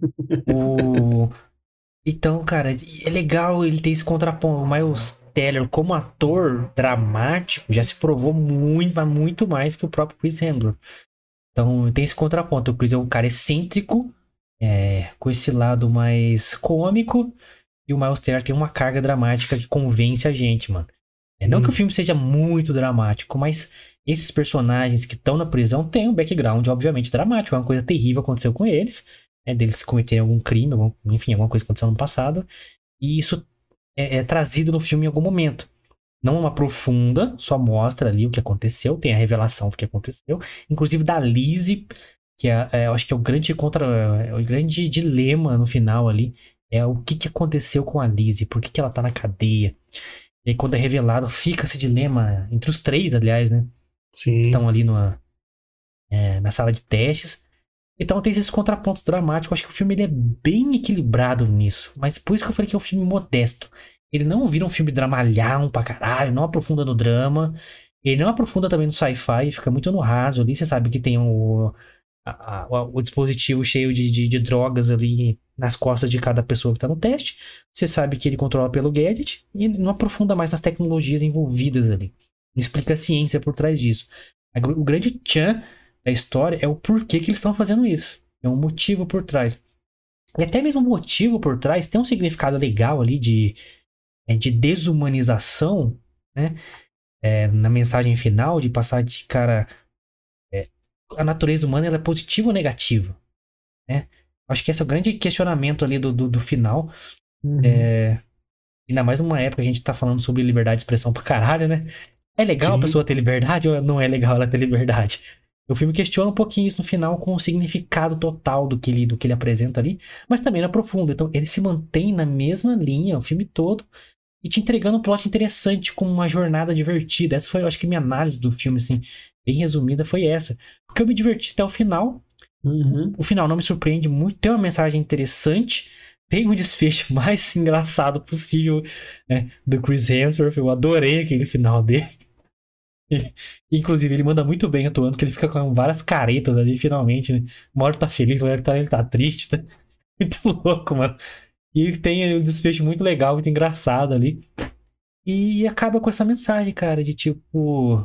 O. Então, cara, é legal ele ter esse contraponto. O Miles Teller, como ator dramático, já se provou muito, mas muito mais que o próprio Chris Hemsworth. Então, tem esse contraponto. O Chris é um cara excêntrico, é, com esse lado mais cômico, e o Miles Teller tem uma carga dramática que convence a gente, mano. É, não que o Hum, filme seja muito dramático, mas esses personagens que estão na prisão têm um background, obviamente, dramático. Uma coisa terrível aconteceu com eles, né, deles cometerem algum crime, algum, enfim, alguma coisa aconteceu no passado. E isso é, é trazido no filme em algum momento. Não uma profunda, só mostra ali o que aconteceu, tem a revelação do que aconteceu. Inclusive da Lizzie, que é, é, eu acho que é o grande contra, é o grande dilema no final ali. É o que, que aconteceu com a Lizzie, por que, que ela tá na cadeia. E aí, quando é revelado, fica esse dilema entre os três, aliás, né? sim. Estão ali numa, é, na sala de testes. Então tem esses contrapontos dramáticos. Eu acho que o filme ele é bem equilibrado nisso. Mas por isso que eu falei que é um filme modesto. Ele não vira um filme dramalhão pra caralho, não aprofunda no drama. Ele não aprofunda também no sci-fi, fica muito no raso ali. Você sabe que tem o, a- a- o dispositivo cheio de, de, de drogas ali nas costas de cada pessoa que tá no teste. Você sabe que ele controla pelo gadget e não aprofunda mais nas tecnologias envolvidas ali. Não explica a ciência por trás disso. A gr- O grande tchan da história é o porquê que eles estão fazendo isso. É um motivo por trás. E até mesmo o motivo por trás tem um significado legal ali de, é, de desumanização, né? É, na mensagem final, de passar de cara. É, a natureza humana ela é positiva ou negativa? Né? Acho que esse é o grande questionamento ali do, do, do final. Uhum. É, ainda mais numa época que a gente tá falando sobre liberdade de expressão pra caralho, né? É legal a Sim. pessoa ter liberdade ou não é legal ela ter liberdade? O filme questiona um pouquinho isso no final com o significado total do que ele, do que ele apresenta ali, mas também não aprofunda. Então ele se mantém na mesma linha o filme todo e te entregando um plot interessante com uma jornada divertida. Essa foi, eu acho que minha análise do filme, assim, bem resumida, foi essa. Porque eu me diverti até o final. Uhum. O final não me surpreende muito, tem uma mensagem interessante, tem um desfecho mais engraçado possível, né, do Chris Hemsworth. Eu adorei aquele final dele. Inclusive, ele manda muito bem atuando, que ele fica com várias caretas ali, finalmente, né? Uma hora tá feliz, uma hora tá, ele tá triste. Tá muito louco, mano. E ele tem um desfecho muito legal, muito engraçado ali. E acaba com essa mensagem, cara, de tipo.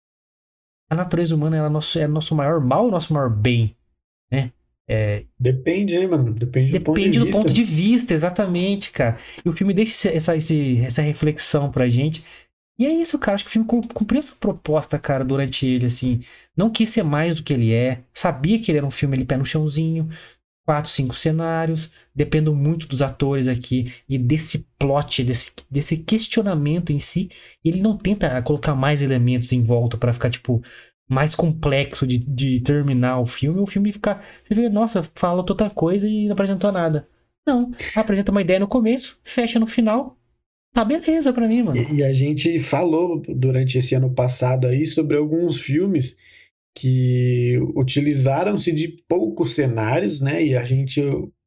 A natureza humana ela é nosso, é nosso maior mal ou nosso maior bem, né? É, Depende, né, mano? Depende do ponto de depende do ponto vista. de vista, exatamente, cara. E o filme deixa esse- essa, esse- essa reflexão pra gente. E é isso, cara. Acho que o filme cum- cumpriu essa proposta, cara, durante ele, assim. Não quis ser mais do que ele é. Sabia que ele era um filme ali pé no chãozinho. Quatro, cinco cenários. Dependo muito dos atores aqui e desse plot, desse, desse questionamento em si. Ele não tenta colocar mais elementos em volta pra ficar, tipo. mais complexo de, de terminar o filme, o filme fica. Você vê, nossa, falou tanta coisa e não apresentou nada. Não, apresenta uma ideia no começo, fecha no final. Tá beleza pra mim, mano. E, e a gente falou durante esse ano passado aí sobre alguns filmes que utilizaram-se de poucos cenários, né? E a gente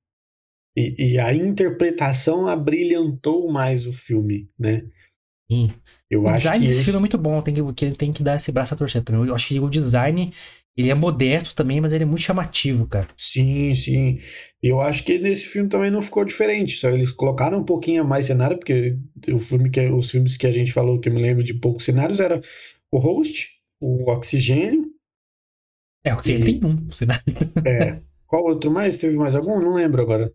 e, e a interpretação abrilhantou mais o filme, né? Sim. Eu O acho design que desse filme é esse, muito bom, tem que, que ele tem que dar esse braço a torcer também. Eu acho que o design, ele é modesto também, mas ele é muito chamativo, cara. sim, sim. Eu acho que nesse filme também não ficou diferente. Só eles colocaram um pouquinho a mais cenário, porque o filme que, os filmes que a gente falou que eu me lembro de poucos cenários era o Host, o Oxigênio É, o que ele tem e um, você dá- é, qual outro mais? Teve mais algum? Não lembro agora.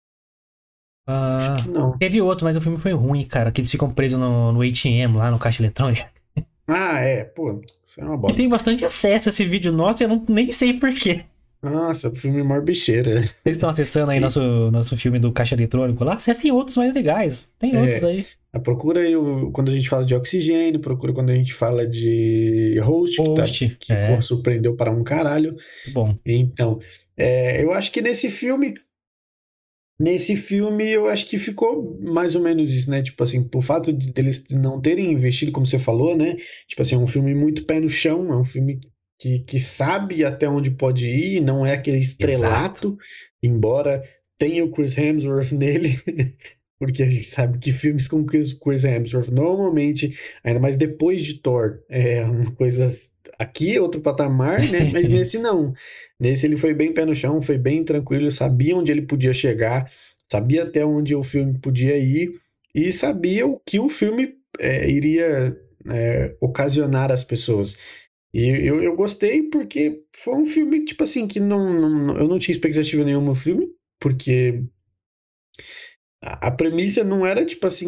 Acho que Ah, não. teve outro, mas o filme foi ruim, cara. Que eles ficam presos no, no A T M, lá no caixa eletrônico. Ah, é, pô, isso é uma E bosta. tem bastante acesso a esse vídeo nosso e eu não, nem sei por quê. Nossa, o filme é maior bicheira. Vocês estão acessando aí E, nosso, nosso filme do caixa eletrônico lá? Acessem outros mais legais. Tem outros é, aí. a procura aí o- quando a gente fala de oxigênio, procura quando a gente fala de host, que, tá, Post. que pô, É, surpreendeu para um caralho. bom. Então, é, eu acho que nesse filme, nesse filme, eu acho que ficou mais ou menos isso, né? Tipo assim, por fato de deles não terem investido, como você falou, né? Tipo assim, é um filme muito pé no chão, é um filme que, que sabe até onde pode ir, não é aquele Exato. estrelato, embora tenha o Chris Hemsworth nele, porque a gente sabe que filmes com Chris, Chris Hemsworth normalmente, ainda mais depois de Thor, é uma coisa aqui, é outro patamar, né? Mas nesse não. Nesse ele foi bem pé no chão, foi bem tranquilo, sabia onde ele podia chegar, sabia até onde o filme podia ir e sabia o que o filme é, iria é, ocasionar às pessoas. E eu, eu gostei porque foi um filme, tipo assim, que não, não- eu não tinha expectativa nenhuma no filme, porque a, a premissa não era, tipo assim,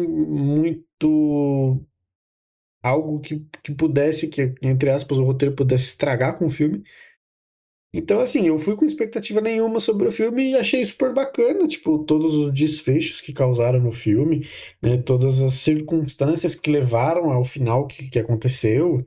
muito algo que, que pudesse, que, entre aspas, o roteiro pudesse estragar com o filme. Então, assim, eu fui com expectativa nenhuma sobre o filme e achei super bacana, tipo, todos os desfechos que causaram no filme, né, todas as circunstâncias que levaram ao final que, que aconteceu,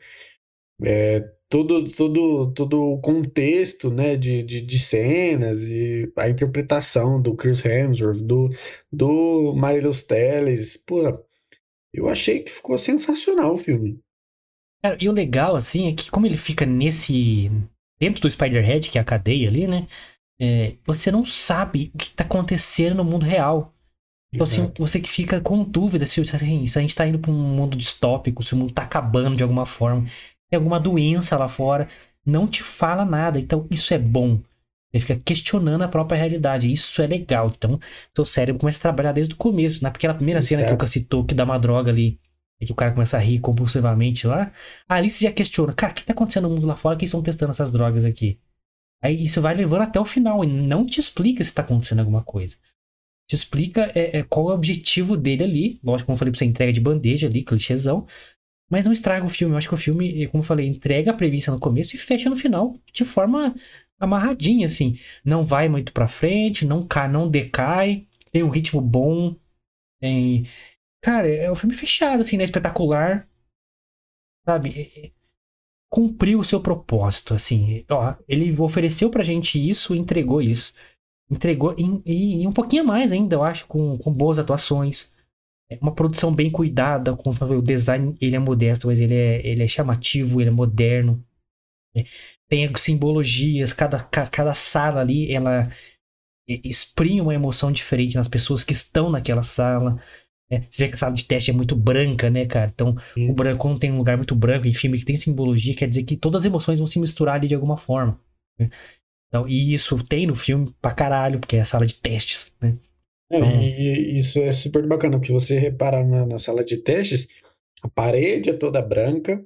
todo, todo, todo o contexto, né, de, de, de cenas e a interpretação do Chris Hemsworth, do, do Miles Teles, pô, eu achei que ficou sensacional o filme. Cara, e o legal, assim, é que como ele fica nesse. Dentro do Spider-Head, que é a cadeia ali, né? É, você não sabe o que tá acontecendo no mundo real. Então, assim, Exato. você que fica com dúvida se, assim, se a gente tá indo pra um mundo distópico, se o mundo tá acabando de alguma forma, tem alguma doença lá fora, não te fala nada. Então, isso é bom. Você fica questionando a própria realidade. Isso é legal. Então, seu cérebro começa a trabalhar desde o começo. Naquela primeira cena que o Lucas Exato. citou, que dá uma droga ali, e que o cara começa a rir compulsivamente lá, ali você já questiona, cara, o que tá acontecendo no mundo lá fora que eles estão testando essas drogas aqui? Aí isso vai levando até o final e não te explica se tá acontecendo alguma coisa. Te explica é, é, qual é o objetivo dele ali. Lógico, como eu falei pra você, entrega de bandeja ali, clichêzão. Mas não estraga o filme. Eu acho que o filme, como eu falei, entrega a premissa no começo e fecha no final. De forma amarradinha, assim. Não vai muito pra frente, não cai, não decai. Tem um ritmo bom. Tem... Cara, é um filme fechado, assim, né? Espetacular. Sabe? É- é- Cumpriu o seu propósito, assim. Ó, ele ofereceu pra gente isso e entregou isso. Entregou em- e, e um pouquinho a mais ainda, eu acho, com, com boas atuações. É uma produção bem cuidada, com o design, ele é modesto, mas ele é, ele é chamativo, ele é moderno. Né? Tem simbologias, cada, ca- cada sala ali, ela é, exprime uma emoção diferente nas pessoas que estão naquela sala. Né? Você vê que a sala de teste é muito branca, né, cara? Então, o branco, quando tem um lugar muito branco em filme que tem simbologia, quer dizer que todas as emoções vão se misturar ali de alguma forma. Né? Então, e isso tem no filme pra caralho, porque é a sala de testes, né? É, Então, e isso é super bacana, porque você repara na, na sala de testes, a parede é toda branca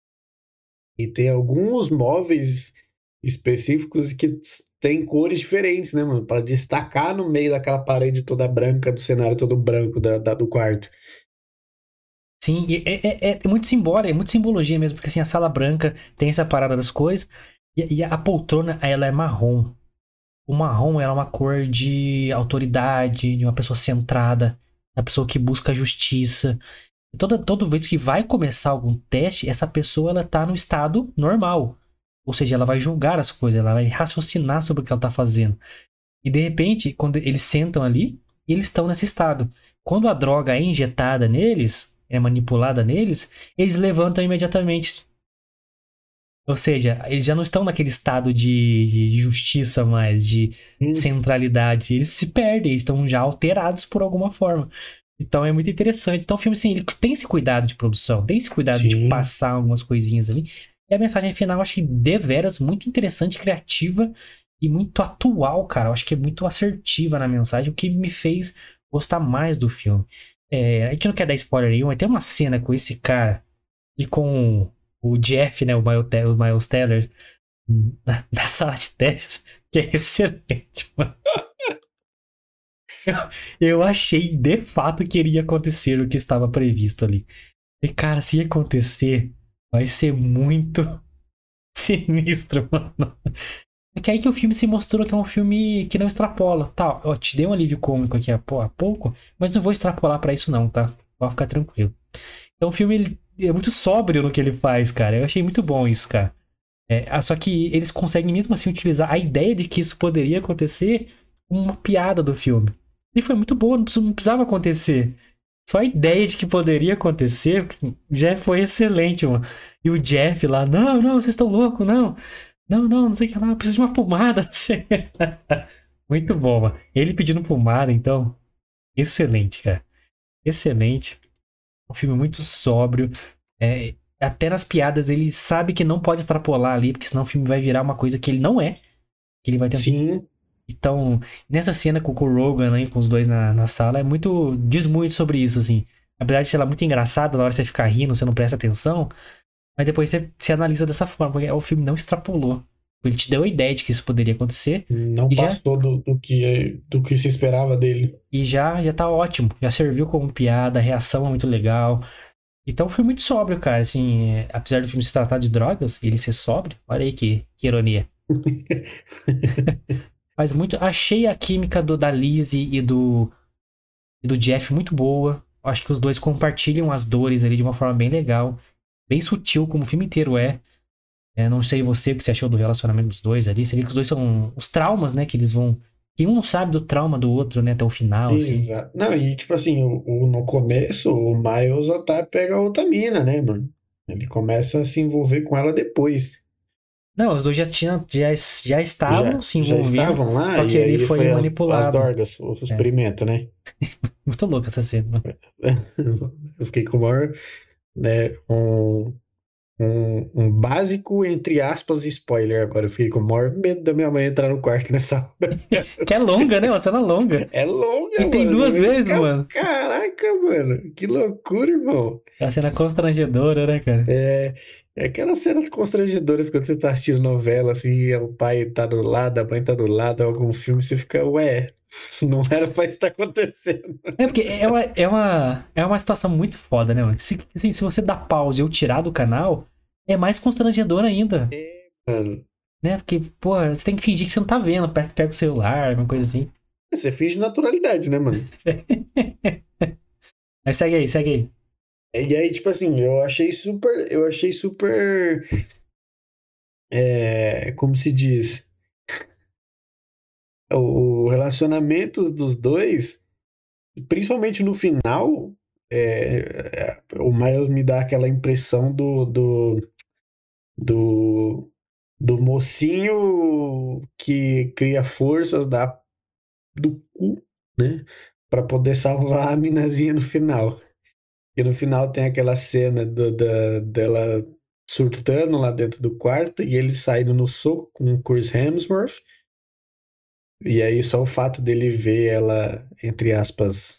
e tem alguns móveis específicos que têm cores diferentes, né, mano? Para destacar no meio daquela parede toda branca, do cenário todo branco da, da- do quarto. sim, e é, é, é muito simbólico, é muito simbologia mesmo, porque assim, a sala branca tem essa parada das cores, e, e a poltrona, ela é marrom. O marrom, ela é uma cor de autoridade, de uma pessoa centrada, uma pessoa que busca justiça. E toda, toda vez que vai começar algum teste, essa pessoa, ela tá no estado normal. Ou seja, ela vai julgar as coisas, ela vai raciocinar sobre o que ela tá fazendo. E de repente, quando eles sentam ali, eles estão nesse estado. Quando a droga é injetada neles, é manipulada neles, eles levantam imediatamente. Ou seja, eles já não estão naquele estado de, de, de justiça mais, de Hum, centralidade. Eles se perdem, eles estão já alterados por alguma forma. Então é muito interessante. Então o filme, assim, ele tem esse cuidado de produção, tem esse cuidado de sim, passar algumas coisinhas ali. E a mensagem final, eu acho que deveras muito interessante, criativa e muito atual, cara. Eu acho que é muito assertiva na mensagem, o que me fez gostar mais do filme. É, a gente não quer dar spoiler nenhum, mas tem uma cena com esse cara e com o Jeff, né, o Miles, Te- o Miles Teller, na, na sala de testes, que é excelente, mano. Eu, eu achei de fato que iria acontecer o que estava previsto ali. E, cara, se acontecer, vai ser muito sinistro, mano. É que aí que o filme se mostrou que é um filme que não extrapola. Tá, eu te dei um alívio cômico aqui há, pou- há pouco, mas não vou extrapolar pra isso não, tá? Pode ficar tranquilo. Então o filme ele é muito sóbrio no que ele faz, cara. Eu achei muito bom isso, cara. É, ah, só que eles conseguem mesmo assim utilizar a ideia de que isso poderia acontecer como uma piada do filme. E foi muito boa, não precis- não precisava acontecer. Só a ideia de que poderia acontecer já foi excelente, mano. E o Jeff lá, não, não, vocês estão loucos, não. Não, não, não sei o que lá, eu preciso de uma pomada. Não sei. Muito bom, mano. Ele pedindo pomada, então, excelente, cara. Excelente. Um filme muito sóbrio. É, até nas piadas ele sabe que não pode extrapolar ali, porque senão o filme vai virar uma coisa que ele não é. Que ele vai tentar. sim. Então, nessa cena com o Rogan, né, com os dois na, na sala, é muito. Diz muito sobre isso, assim. Apesar de ser lá muito engraçado, na hora que você ficar rindo, você não presta atenção. Mas depois você se analisa dessa forma, porque o filme não extrapolou. Ele te deu a ideia de que isso poderia acontecer Não e já, passou do, do que, do que se esperava dele. e já, já tá ótimo. Já serviu como piada, a reação é muito legal. Então foi muito sóbrio, cara. Assim, é, apesar do filme se tratar de drogas, ele ser sóbrio, olha aí que, que ironia. Mas muito. Achei a química do, da Lizzie e do, e do Jeff muito boa. Acho que os dois compartilham as dores ali de uma forma bem legal. Bem sutil, como o filme inteiro é. É, não sei você o que você achou do relacionamento dos dois ali. Você vê que os dois são os traumas, né? Que eles vão. Que um não sabe do trauma do outro, né? Até o final, assim. Exato. Não, e tipo assim, o, o- no começo, o Miles até pega outra mina, né, mano? Ele começa a se envolver com ela depois. Não, os dois já tinham, já, já estavam Já, se já envolvendo, estavam lá, só que e ele aí foi foi as, as manipulado. dorgas, o É, experimento, né? muito louco essa cena. Eu fiquei com o maior, né, um, um, um básico, entre aspas, spoiler agora. Eu fiquei com o maior medo da minha mãe entrar no quarto nessa hora. Que é longa, né? Uma cena longa. É E longa, tem mano. duas Você vezes, fica, mano. caraca, mano. Que loucura, irmão. É a cena constrangedora, né, cara? É, é aquelas cenas constrangedoras quando você tá assistindo novela, assim, e o pai tá do lado, a mãe tá do lado, algum filme, você fica, ué, não era pra isso estar acontecendo. É porque é uma, é uma, é uma situação muito foda, né, mano? Se, assim, se você dar pause e eu tirar do canal, é mais constrangedor ainda, Mano, né? Porque, pô, você tem que fingir que você não tá vendo, pega pega o celular, uma coisa assim. você finge naturalidade, né, mano? Mas segue aí, segue aí. E aí, tipo assim, eu achei super, eu achei super, é, como se diz, o, o relacionamento dos dois, principalmente no final, é, é, o Miles me dá aquela impressão do, do, do, do mocinho que cria forças da, do cu, né, para poder salvar a minazinha no final. E no final tem aquela cena do, da, dela surtando lá dentro do quarto e ele saindo no soco com o Chris Hemsworth. E aí só o fato dele ver ela, entre aspas,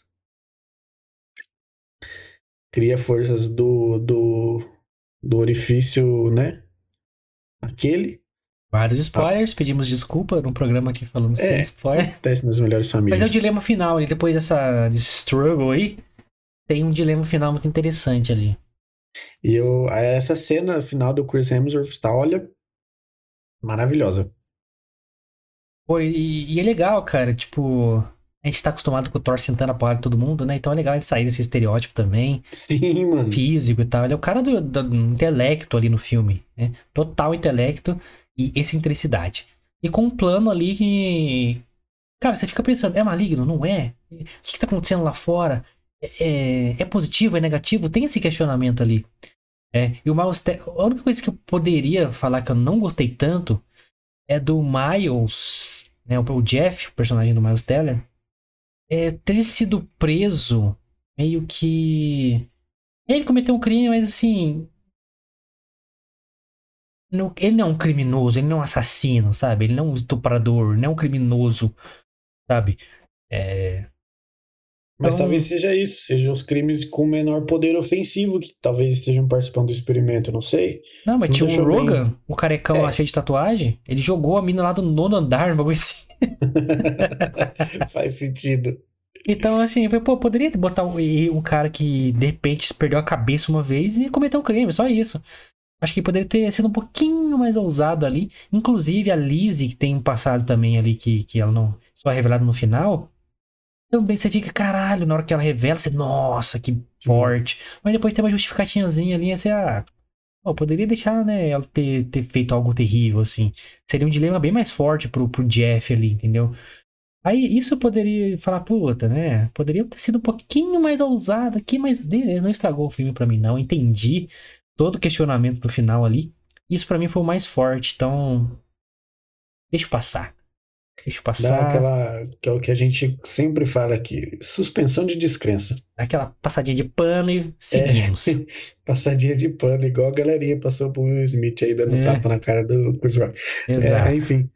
cria forças do, do, do orifício, né? Aquele. Vários Ah, spoilers, pedimos desculpa no programa aqui falando sem é, spoiler. acontece nas melhores Mas é o famílias. dilema final, e depois dessa desse struggle aí, tem um dilema final muito interessante ali. E eu, essa cena final do Chris Hemsworth está, olha, maravilhosa. Pô, e, e é legal, cara, tipo, A gente tá acostumado com o Thor sentando a porrada de todo mundo, né? Então é legal ele sair desse estereótipo também, Sim, mano. físico e tal. Ele é o cara do, do intelecto ali no filme, né? Total intelecto e excentricidade. E com um plano ali que... Cara, você fica pensando, é maligno? Não é? O que, que tá acontecendo lá fora? É, é, é positivo? É negativo? Tem esse questionamento ali. É, e o Miles Te- a única coisa que eu poderia falar que eu não gostei tanto é do Miles, né? O, o Jeff, o personagem do Miles Teller, é, ter sido preso meio que... Ele cometeu um crime, mas assim... não- ele não é um criminoso, ele não é um assassino, sabe? Ele não é um estuprador, não é um criminoso, sabe? É, Mas talvez então... seja isso, sejam os crimes com menor poder ofensivo que talvez estejam participando do experimento, não sei. Não, mas Não tinha o deixou bem. Rogan, o carecão lá É, cheio de tatuagem. Ele jogou a mina lá do nono andar, um bagulho assim. faz sentido. Então, assim, eu falei, pô, poderia botar um, e um cara que de repente perdeu a cabeça uma vez e cometeu um crime, só isso. Acho que poderia ter sido um pouquinho mais ousado ali. Inclusive, a Lizzie, que tem um passado também ali que, que ela não só é revelado no final. Também você fica, caralho, na hora que ela revela, você, nossa, que Sim. forte. Mas depois tem uma justificatinhazinha ali, assim, ah, pô, poderia deixar, né, ela ter, ter feito algo terrível, assim. Seria um dilema bem mais forte pro, pro Jeff ali, entendeu? Aí isso eu poderia falar, puta, né? Poderia ter sido um pouquinho mais ousado aqui, mas beleza, não estragou o filme pra mim, não. Entendi todo o questionamento do final ali. Isso pra mim foi o mais forte, então deixa eu passar. Deixa eu Dá passar. aquela, que é o que a gente sempre fala aqui, suspensão de descrença. Aquela passadinha de pano e É, seguimos. passadinha de pano, igual a galerinha passou pro Will Smith aí dando É, tapa na cara do Chris Rock. É, exato. enfim.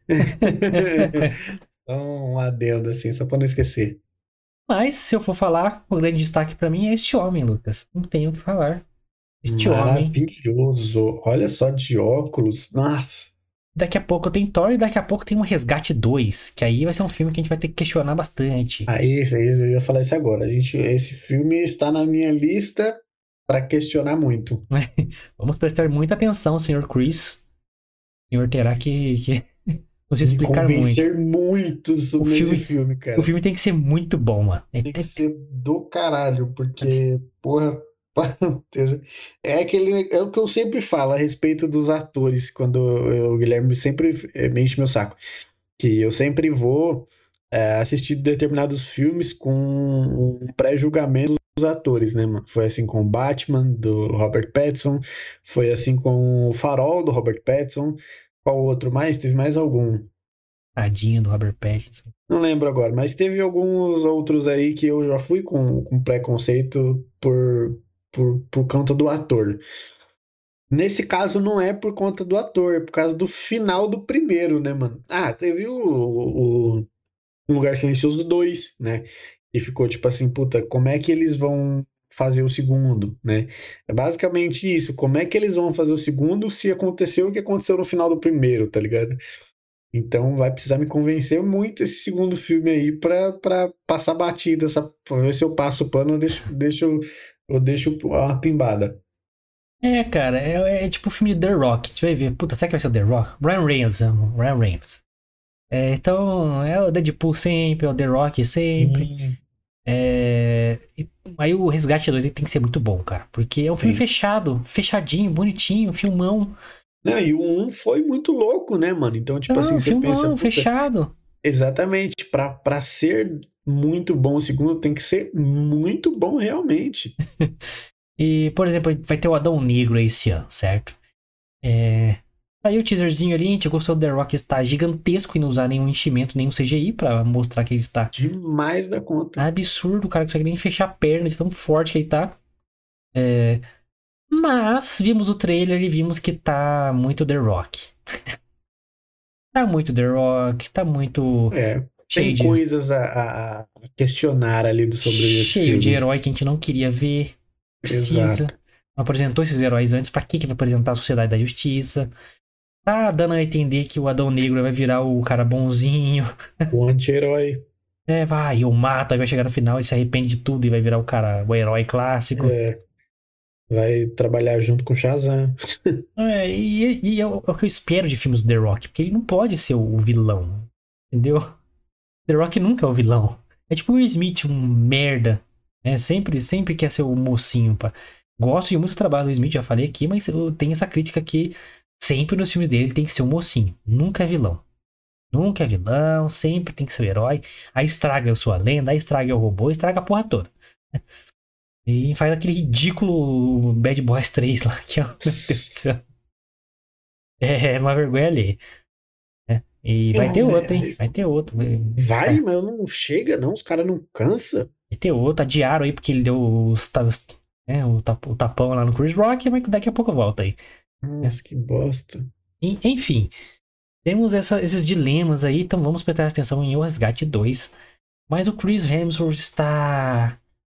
Só um adendo, assim, só pra não esquecer. Mas, se eu for falar, o grande destaque pra mim é este homem, Lucas. Não tenho o que falar. Este homem. Maravilhoso. Olha só de óculos. Nossa. Daqui a pouco tem Thor e daqui a pouco tem um Resgate dois, que aí vai ser um filme que a gente vai ter que questionar bastante. Aí, isso aí, eu ia falar isso agora. A gente, esse filme está na minha lista para questionar muito. Vamos prestar muita atenção, senhor Chris. O senhor terá que, que nos Me explicar muito. convencer muito O sobre esse filme, filme, o cara. filme tem que ser muito bom, mano. É- Tem que é- ser do caralho, porque, porra, Deus, é aquele, é o que eu sempre falo a respeito dos atores, quando eu- o Guilherme sempre eh, me enche meu saco, que eu sempre vou eh, assistir determinados filmes com um pré-julgamento dos atores, né, mano? Foi assim com o Batman, do Robert Pattinson, foi assim com o Farol, do Robert Pattinson, qual outro mais? Teve mais algum? Tadinho do Robert Pattinson. Não lembro agora, mas teve alguns outros aí que eu já fui com, com preconceito por, por, por conta do ator. Nesse caso, não é por conta do ator, é por causa do final do primeiro, né, mano? Ah, teve o, o, o Um Lugar Silencioso dois, né? E ficou tipo assim, puta, como é que eles vão fazer o segundo, né? É basicamente isso, como é que eles vão fazer o segundo se aconteceu o que aconteceu no final do primeiro, tá ligado? Então vai precisar me convencer muito esse segundo filme aí pra, pra passar batida, essa, pra ver se eu passo o pano ou deixo, deixo, ou deixo uma pimbada. É, cara, é, é tipo o filme The Rock. A gente vai ver. Puta, será que vai ser o The Rock? Ryan Reynolds, né? Ryan Reynolds. É, então, é o Deadpool sempre, é o The Rock sempre. Sim, É, e aí o Resgate dois tem que ser muito bom, cara. Porque é um filme sim. fechado, fechadinho, bonitinho, filmão. Não, e o um foi muito louco, né, mano? Então, tipo assim, Não, você pensa, filmão, puta, fechado. exatamente, pra, pra ser muito bom o segundo, tem que ser muito bom realmente. E, por exemplo, vai ter o Adão Negro esse ano, certo? É. Aí o teaserzinho ali, a gente gostou do The Rock estar gigantesco e não usar nenhum enchimento, nenhum C G I pra mostrar que ele está Demais da conta. absurdo. O cara não consegue nem fechar a perna de tão forte que ele tá. É... Mas vimos o trailer e vimos que tá muito The Rock. Tá muito The Rock, tá muito É, cheio tem de, coisas a, a questionar ali do- sobre esse cheio de filme. herói que a gente não queria ver. Precisa. Exato. Não apresentou esses heróis antes, pra que que vai apresentar a Sociedade da Justiça? Tá dando a entender que o Adão Negro vai virar o cara bonzinho. O anti-herói. É, vai, eu mato, aí vai chegar no final, ele se arrepende de tudo e vai virar o cara, o herói clássico. É, vai trabalhar junto com o Shazam. É, e, e é, o, é o que eu espero de filmes do The Rock, porque ele não pode ser o vilão, entendeu? The Rock nunca é o vilão. É tipo o Will Smith, um merda. É, sempre, sempre quer ser o mocinho, pá. Gosto de muito trabalho do Will Smith, já falei aqui, mas eu tenho essa crítica que sempre nos filmes dele ele tem que ser o mocinho. Nunca é vilão. Nunca é vilão, sempre tem que ser o herói. Aí estraga a sua lenda, aí estraga o robô, estraga a porra toda. E faz aquele ridículo Bad Boys três lá, que, ó, meu Deus do céu. É uma vergonha ali. Né? E vai ter outro, hein? Vai ter outro. Vai, Vai, mas não chega, não. Os caras não cansam. vai ter outro. Adiaram aí porque ele deu os, ta- os- é, o, tap- o tapão lá no Chris Rock, mas daqui a pouco volta aí. Né? Nossa, que bosta. E- Enfim, temos essa- esses dilemas aí, então vamos prestar atenção em O Resgate dois. Mas o Chris Hemsworth está.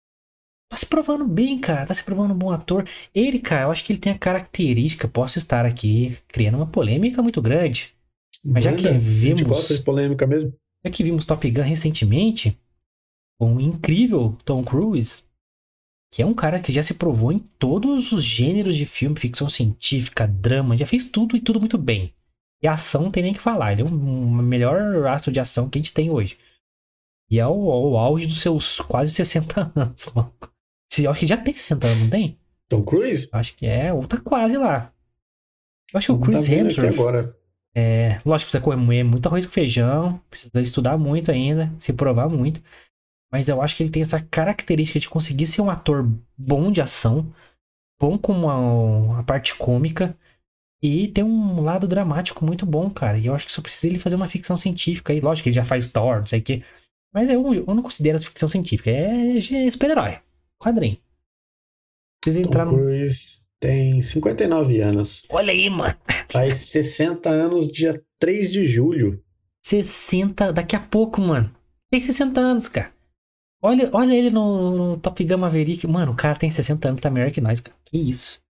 Tá se provando bem, cara. Tá se provando um bom ator. Ele, cara, eu acho que ele tem a característica. Posso estar aqui criando uma polêmica muito grande. Mas já que Manda. A gente gosta de vimos. polêmica mesmo. Já que vimos Top Gun recentemente, com o incrível Tom Cruise, que é um cara que já se provou em todos os gêneros de filme, ficção científica, drama, já fez tudo e tudo muito bem. E a ação não tem nem o que falar. Ele é um, um melhor astro de ação que a gente tem hoje. E é o, o auge dos seus quase sessenta anos, mano. Eu acho que já tem sessenta anos, não tem? Tom Cruise? Acho que é, ou tá quase lá. Eu acho que o Vamos tá Chris vendo aqui Hemsworth, agora. é, lógico que precisa comer muito arroz com feijão, precisa estudar muito ainda, se provar muito. Mas eu acho que ele tem essa característica de conseguir ser um ator bom de ação, bom com a, a parte cômica e tem um lado dramático muito bom, cara. E eu acho que só precisa ele fazer uma ficção científica aí. Lógico que ele já faz Thor, não sei o quê. Mas eu, eu não considero essa ficção científica. É, é super-herói. Quadrinho. Precisa Tom entrar no. Cruise tem cinquenta e nove anos. Olha aí, mano. Faz sessenta anos, dia três de julho. sessenta, daqui a pouco, mano. Tem sessenta anos, cara. Olha, olha ele no, no Top Gun Maverick. Mano, o cara tem sessenta anos, tá melhor que nós, cara. Que isso.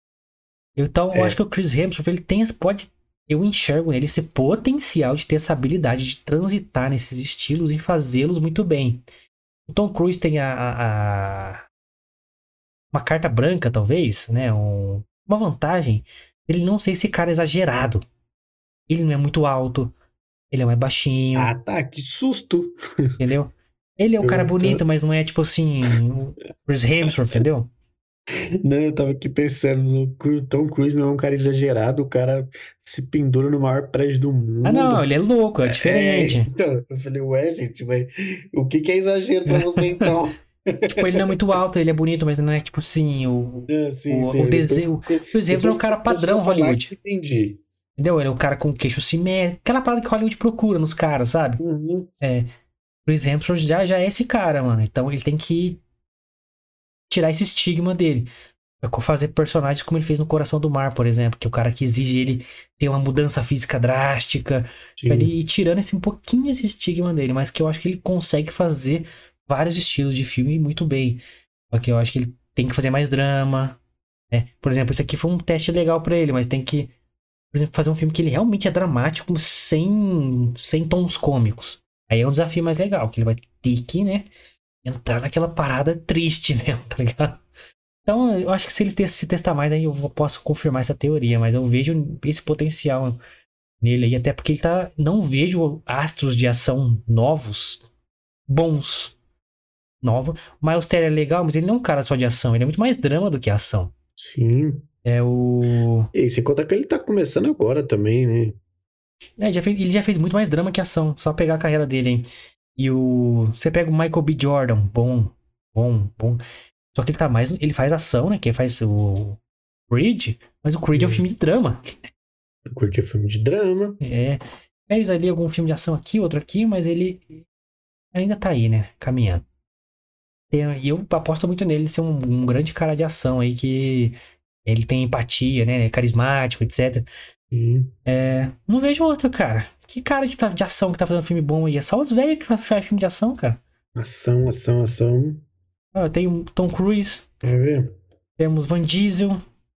Então, eu acho É, que o Chris Hemsworth, ele tem, esse- pode, eu enxergo nele esse potencial de ter essa habilidade de transitar nesses estilos e fazê-los muito bem. O Tom Cruise tem a, a- a- uma carta branca, talvez, né? Um- uma vantagem. Ele não ser esse cara exagerado. Ele não é muito alto, ele é mais baixinho, ah, tá, que susto. entendeu? Ele é o cara Eu, bonito, mas não é tipo assim, o Chris Hemsworth, entendeu? não, eu tava aqui pensando no Cru- Tom Cruise não é um cara exagerado, o cara se pendura no maior prédio do Ah, não, mundo. ele é louco, é É, diferente. então, eu falei, ué, gente, mas o que que é exagero pra você então? Tipo, ele não é muito alto, ele é bonito, mas não é tipo assim, o, É, sim, o, o sim, depois, desenho. Por exemplo, é depois o que você cara começou padrão a falar Hollywood. que eu entendi. Entendeu? Ele é o cara com queixo simétrico. Aquela parada que Hollywood procura nos caras, sabe? Uhum, É, por exemplo, já, já é esse cara, mano. Então ele tem que tirar esse estigma dele. É fazer personagens como ele fez no Coração do Mar, por exemplo, que é o cara que exige ele ter uma mudança física drástica, pra ele sim. ir tirando esse, um pouquinho esse estigma dele, mas que eu acho que ele consegue fazer vários estilos de filme muito bem. Só que eu acho que ele tem que fazer mais drama, né? Por exemplo, isso aqui foi um teste legal pra ele, mas tem que, por exemplo, fazer um filme que ele realmente é dramático sem, sem tons cômicos. Aí é um desafio mais legal, que ele vai ter que, né, entrar naquela parada triste mesmo, tá ligado? Então, eu acho que se ele te- se testar mais, aí eu vou- posso confirmar essa teoria, mas eu vejo esse potencial nele aí, até porque ele tá. Não vejo astros de ação novos, bons, novos. O Miles Teller é legal, mas ele não é um cara só de ação, ele é muito mais drama do que ação. Sim. É o. E sem contar que ele tá começando agora também, né? É, ele já fez, ele já fez muito mais drama que ação, só pegar a carreira dele, hein? E o. Você pega o Michael B. Jordan, bom, bom, bom. Só que ele tá mais. Ele faz ação, né? Que ele faz o Creed, mas o Creed é um Hum. filme de drama. Eu curti filme de drama. É. Fez ali algum filme de ação aqui, outro aqui, mas ele ainda tá aí, né? Caminhando. Tem- E eu aposto muito nele ser um, um grande cara de ação aí, que ele tem empatia, né? É carismático, etcétera. Sim. É, não vejo outro, cara. Que cara de, tá- de ação que tá fazendo filme bom aí? É só os velhos que fazem filme de ação, cara. Ação, ação, ação. Ah, tem o Tom Cruise, Quer ver? temos Van Diesel.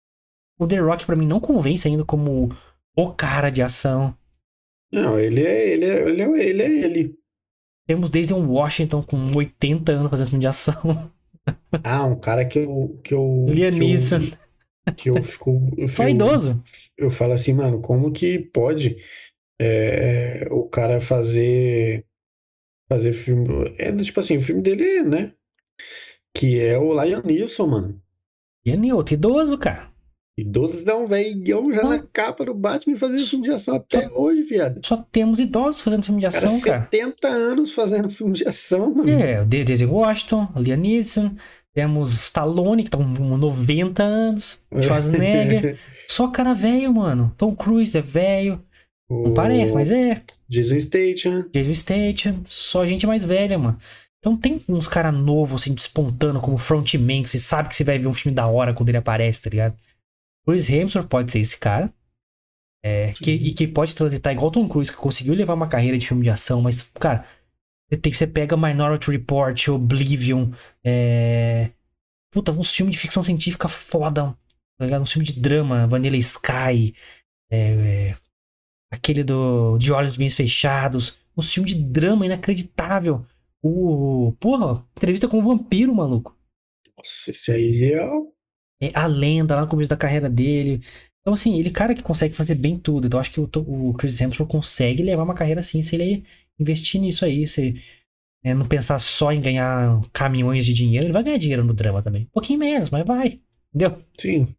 O The Rock pra mim não convence ainda como o cara de ação. Não, ele é ele, é, ele, é, ele, é ele. Temos Denzel Washington com oitenta anos fazendo filme de ação. Ah, um cara que eu que eu Liam que eu, Neeson. que eu fico eu, Só eu, idoso. eu falo assim, mano, como que pode é, o cara fazer fazer filme. É tipo assim, o filme dele, né? Que é o Liam Neeson, mano. E é outro idoso, cara. Idosão, velhão, já na Não, capa do Batman fazendo filme de ação só, até hoje, viado. só temos idosos fazendo filme de Cara, ação, cara. setenta anos fazendo filme de ação, mano. É, o De- Denzel Washington, Liam Neeson, temos Stallone, que tá com noventa anos, Schwarzenegger. Só cara velho, mano. Tom Cruise é velho. Não parece, mas O é. Jason Statham. Jason Statham, só gente mais velha, mano. Então tem uns cara novos, assim, despontando como frontman, que você sabe que você vai ver um filme da hora quando ele aparece, tá ligado? Chris Hemsworth pode ser esse cara. É, que, e que pode transitar igual o Tom Cruise, que conseguiu levar uma carreira de filme de ação, mas, cara, você, tem, você pega Minority Report, Oblivion, é... Puta, uns filmes de ficção científica foda, tá ligado? Um filme de drama, Vanilla Sky, é, é, aquele do De Olhos Bem Fechados, um filme de drama inacreditável. O, porra, entrevista com o vampiro, maluco. Nossa, esse aí é. o- É a lenda lá no começo da carreira dele. Então, assim, ele é cara que consegue fazer bem tudo. Então, acho que o, o Chris Hemsworth consegue levar uma carreira assim, se ele investir nisso aí, se é, não pensar só em ganhar caminhões de dinheiro, ele vai ganhar dinheiro no drama também. Um pouquinho menos, mas vai. Entendeu? Sim.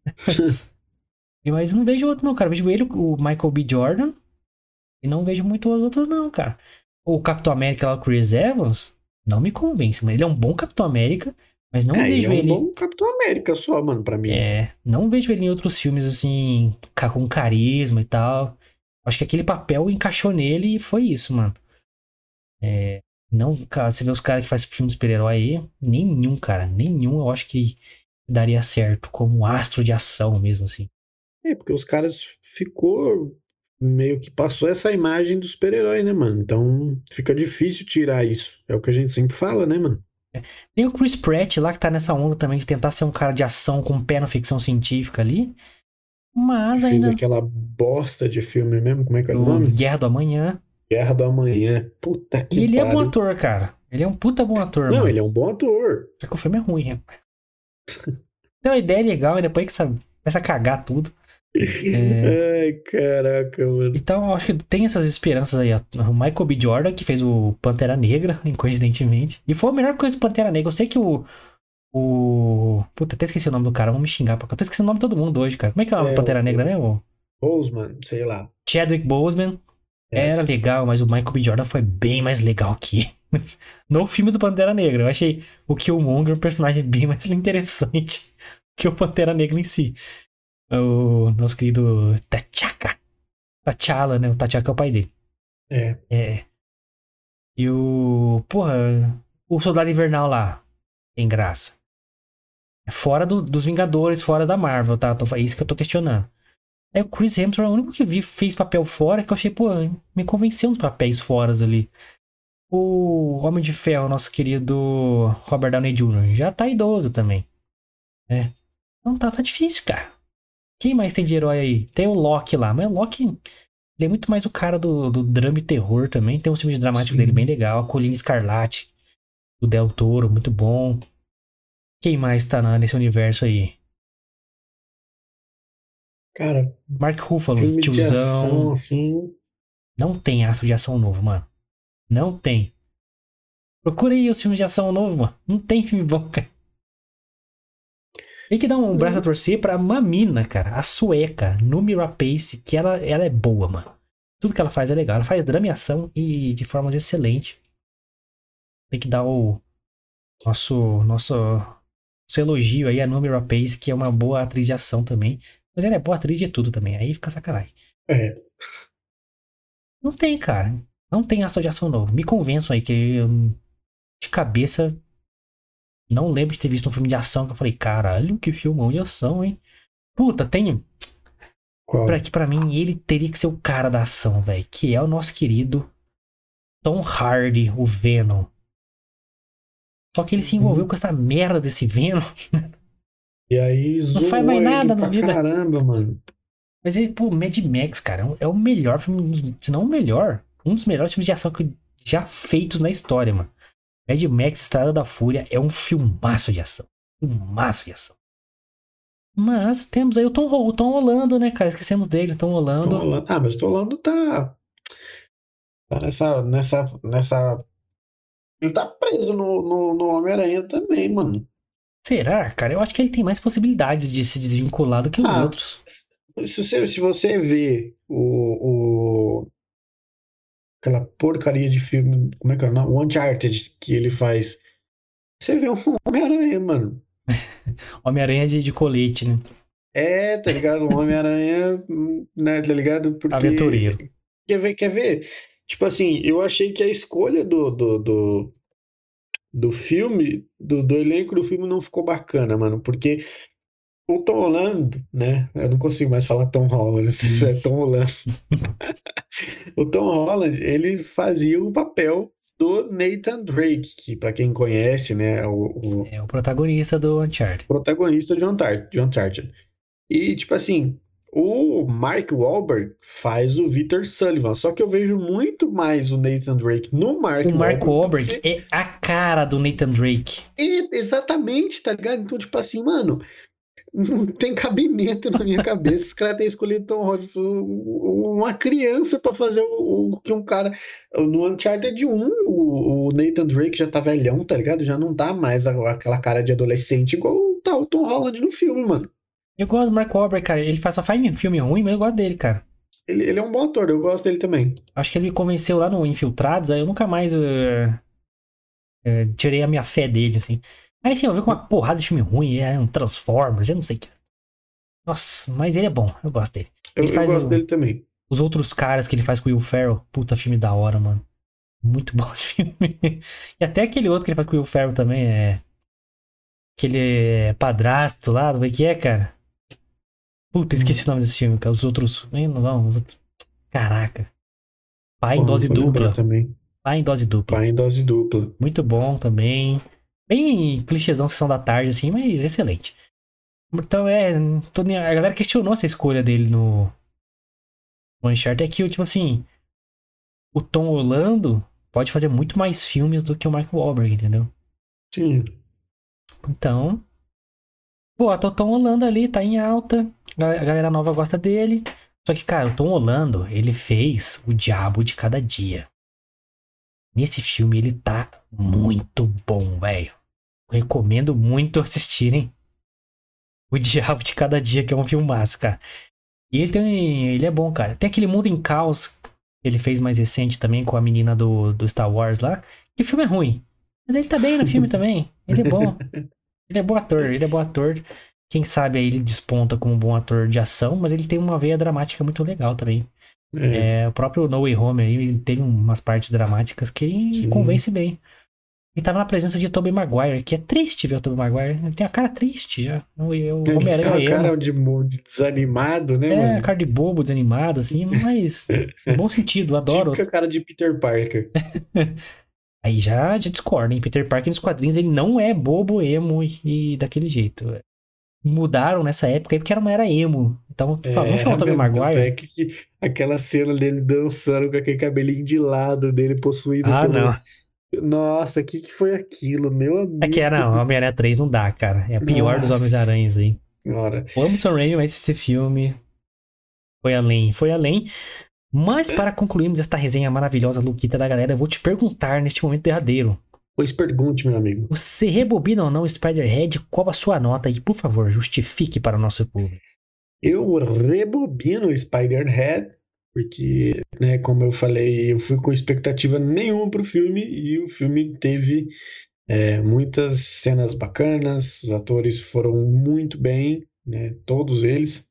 E, mas eu não vejo outro, não, cara. Eu vejo ele, o Michael B. Jordan, e não vejo muito os outros, não, cara. O Capitão América lá, o Chris Evans, não me convence, mas ele é um bom Capitão América, mas não É, ele é vejo um ele. bom Capitão América só, mano, pra mim. É, não vejo ele em outros filmes assim, ca- com carisma e tal. Acho que aquele papel encaixou nele e foi isso, mano. É, não, cara, você vê os caras que fazem filme de super-herói aí, nenhum, cara, nenhum eu acho que daria certo como um astro de ação mesmo, assim. É, porque os caras ficou meio que passou essa imagem do super-herói, né, mano? Então fica difícil tirar isso. É o que a gente sempre fala, né, mano? Tem o Chris Pratt lá que tá nessa onda também de tentar ser um cara de ação com um pé na ficção científica ali, Que mas fez ainda aquela bosta de filme mesmo, como é que é o o nome? Guerra do Amanhã. Guerra do Amanhã. Puta E que ele é bom pariu. ator, cara. Ele é um puta bom ator, Não, mano. ele é um bom ator. Só que o filme é ruim, né? Então a ideia é legal, e depois que sabe, começa a cagar tudo. É, Ai, caraca, mano. então, eu acho que tem essas esperanças aí. Ó. O Michael B. Jordan, que fez o Pantera Negra, coincidentemente. E foi a melhor coisa do Pantera Negra. Eu sei que o. O. Puta, até esqueci o nome do cara. Vamos me xingar, porque eu tô esquecendo o nome de todo mundo hoje, cara. Como é que é o nome do É, Pantera Negra o mesmo? Boseman, sei lá. Chadwick Boseman. Era Essa. legal, mas o Michael B. Jordan foi bem mais legal que. No filme do Pantera Negra. Eu achei o Killmonger um personagem bem mais interessante que o Pantera Negra em si. O nosso querido T'Chaka. T'Challa, né? O T'Chaka é o pai dele. É. É. E o. Porra, o Soldado Invernal lá. Tem graça. É fora do- dos Vingadores, fora da Marvel, tá? Tô- É isso que eu tô questionando. É o Chris Hemsworth, o único que vi fez papel fora que eu achei, pô, me convenceu uns papéis foras ali. O Homem de Ferro, nosso querido Robert Downey júnior, já tá idoso também. É. Então tá, tá difícil, cara. Quem mais tem de herói aí? Tem o Loki lá, mas o Loki, ele é muito mais o cara do, do drama e terror também. Tem um filme dramático dele bem Sim. legal. A Colina Escarlate, do Del Toro, muito bom. Quem mais tá na- nesse universo aí? Cara, Mark Ruffalo, filme de ação, tiozão. assim. Não tem astro de ação novo, mano. Não tem. Procura aí os filmes de ação novo, mano. Não tem filme bom, cara. Tem que dar um braço a Hum. torcer pra uma mina, cara. A sueca, Noomi Rapace, que ela, ela é boa, mano. Tudo que ela faz é legal. Ela faz drama e ação e de forma excelente. Tem que dar o nosso, nosso, nosso elogio aí a Noomi Rapace, que é uma boa atriz de ação também. Mas ela é boa atriz de tudo também. Aí fica sacanagem. É. Não tem, cara. Não tem ator de ação novo. Me convençam aí que eu, de cabeça, não lembro de ter visto um filme de ação que eu falei, caralho, que filmão de ação, hein? Puta, tem. Pra, Qual? que pra mim ele teria que ser o cara da ação, velho. Que é o nosso querido Tom Hardy, o Venom. Só que ele se envolveu Uhum. com essa merda desse Venom. E aí Não faz zoou mais ele nada na pra vida. caramba, mano. Mas ele, pô, Mad Max, cara, é o- é o melhor filme, um dos- se não o melhor, um dos melhores filmes de ação que já feitos na história, mano. Mad Max Estrada da Fúria é um filmaço de ação. Filmaço de ação. Mas temos aí o Tom, Ho- o Tom Holland, né, cara? Esquecemos dele, Tom Tom Holland. Holland. Ah, mas o Tom Holland tá, tá nessa, nessa, nessa Ele tá preso no, no, no Homem-Aranha também, mano. Será, cara? Eu acho que ele tem mais possibilidades de se desvincular do que os Ah, outros. se você, se você vê o, o, aquela porcaria de filme, como é que é o nome? O Uncharted que ele faz, você vê um Homem-Aranha, mano. Homem-Aranha de, de colete, né? É, tá ligado? O Homem-Aranha, hum, né, tá ligado? Aventureiro. Porque, quer ver, quer ver? Tipo assim, eu achei que a escolha do, do, do, do filme, do, do elenco do filme não ficou bacana, mano, porque o Tom Holland, né? Eu não consigo mais falar Tom Holland, isso Hum. é Tom Holland. O Tom Holland, ele fazia o papel do Nathan Drake, que para quem conhece, né, é o, o É o protagonista do Uncharted. protagonista de Uncharted, de Uncharted. E tipo assim, o Mark Wahlberg faz o Victor Sullivan, só que eu vejo muito mais o Nathan Drake no Mark O Mark Wahlberg do Wahlberg que é a cara do Nathan Drake. e- exatamente, tá ligado? Então, tipo assim, mano, não tem cabimento na minha cabeça. Os caras têm escolhido Tom Holland, uma criança pra fazer o, o que um cara. No Uncharted um, o, o Nathan Drake já tá velhão, tá ligado? Já não dá mais a- aquela cara de adolescente igual tá o Tom Holland no filme, mano. Eu gosto do Mark Wahlberg, cara. Ele faz, só faz filme ruim, mas eu gosto dele, cara. Ele, ele é um bom ator, eu gosto dele também. Acho que ele me convenceu lá no Infiltrados, aí eu nunca mais eh, eh, tirei a minha fé dele, assim. Aí sim, eu vi com uma porrada de filme ruim, é um Transformers, eu não sei o que. Nossa, mas ele é bom, eu gosto dele. Eu, Ele eu faz gosto o- dele também. os outros caras que ele faz com o Will Ferrell. Puta, filme da hora, mano. Muito bom esse filme. E até aquele outro que ele faz com o Will Ferrell também, é... Aquele é padrasto lá, como é que é, cara? Puta, esqueci o Hum, nome desse filme, cara. Os outros... Não, não, os outros... Caraca. Pai em Porra, não dose vou lembrar dupla. também. Pai em dose dupla. Pai em dose dupla. Muito bom também. Bem clichêzão Sessão da Tarde, assim, mas excelente. Então é. Tô nem- A galera questionou essa escolha dele no no Uncharted. É que, tipo assim, o Tom Holland pode fazer muito mais filmes do que o Mark Wahlberg, entendeu? Sim. Então, pô, o Tom Holland ali tá em alta. A galera nova gosta dele. Só que, cara, o Tom Holland, ele fez O Diabo de Cada Dia. Nesse filme ele tá muito bom, velho. Recomendo muito assistirem O Diabo de Cada Dia, que é um filmaço, cara. E ele tem. Ele é bom, cara. Tem aquele Mundo em Caos que ele fez mais recente também com a menina do, do Star Wars lá. Que o filme é ruim. Mas ele tá bem no filme também. Ele é bom. Ele é bom ator, ele é bom ator. Quem sabe aí ele desponta como um bom ator de ação, mas ele tem uma veia dramática muito legal também. É, É, o próprio No Way Home aí, ele teve umas partes dramáticas que sim. convence bem. E tava na presença de Tobey Maguire, que é triste ver o Tobey Maguire. Ele tem a cara triste já. O o Ele tem Homem-Aranha uma é emo. cara de, mo- de desanimado, né, É, mano? cara de bobo, desanimado, assim, mas no bom sentido, adoro. Típica cara de Peter Parker. Aí já, já discordo, hein? Peter Parker nos quadrinhos, ele não é bobo, emo e, e daquele jeito. Mudaram nessa época aí porque era uma era emo. Então, tu fala, vamos chamar É, o Tobey mesmo. Tanto é Maguire? que, que aquela cena dele dançando com aquele cabelinho de lado dele possuído Ah, pelo. não. Nossa, o que, que foi aquilo, meu É que amigo era, não, do. Homem-Aranha três não dá, cara. É o pior dos Nossa Homens-Aranhas aí. senhora. Eu amo Sam Raimi, mas esse filme foi além, foi além. Mas para concluirmos esta resenha maravilhosa, Luquita da galera, eu vou te perguntar neste momento derradeiro. Pois pergunte, meu amigo. Você rebobina ou não Spider-Head? Qual a sua nota? E, por favor, justifique para o nosso público. Eu rebobino Spider-Head, porque, né, como eu falei, eu fui com expectativa nenhuma pro filme e o filme teve é, muitas cenas bacanas, os atores foram muito bem, né, todos eles.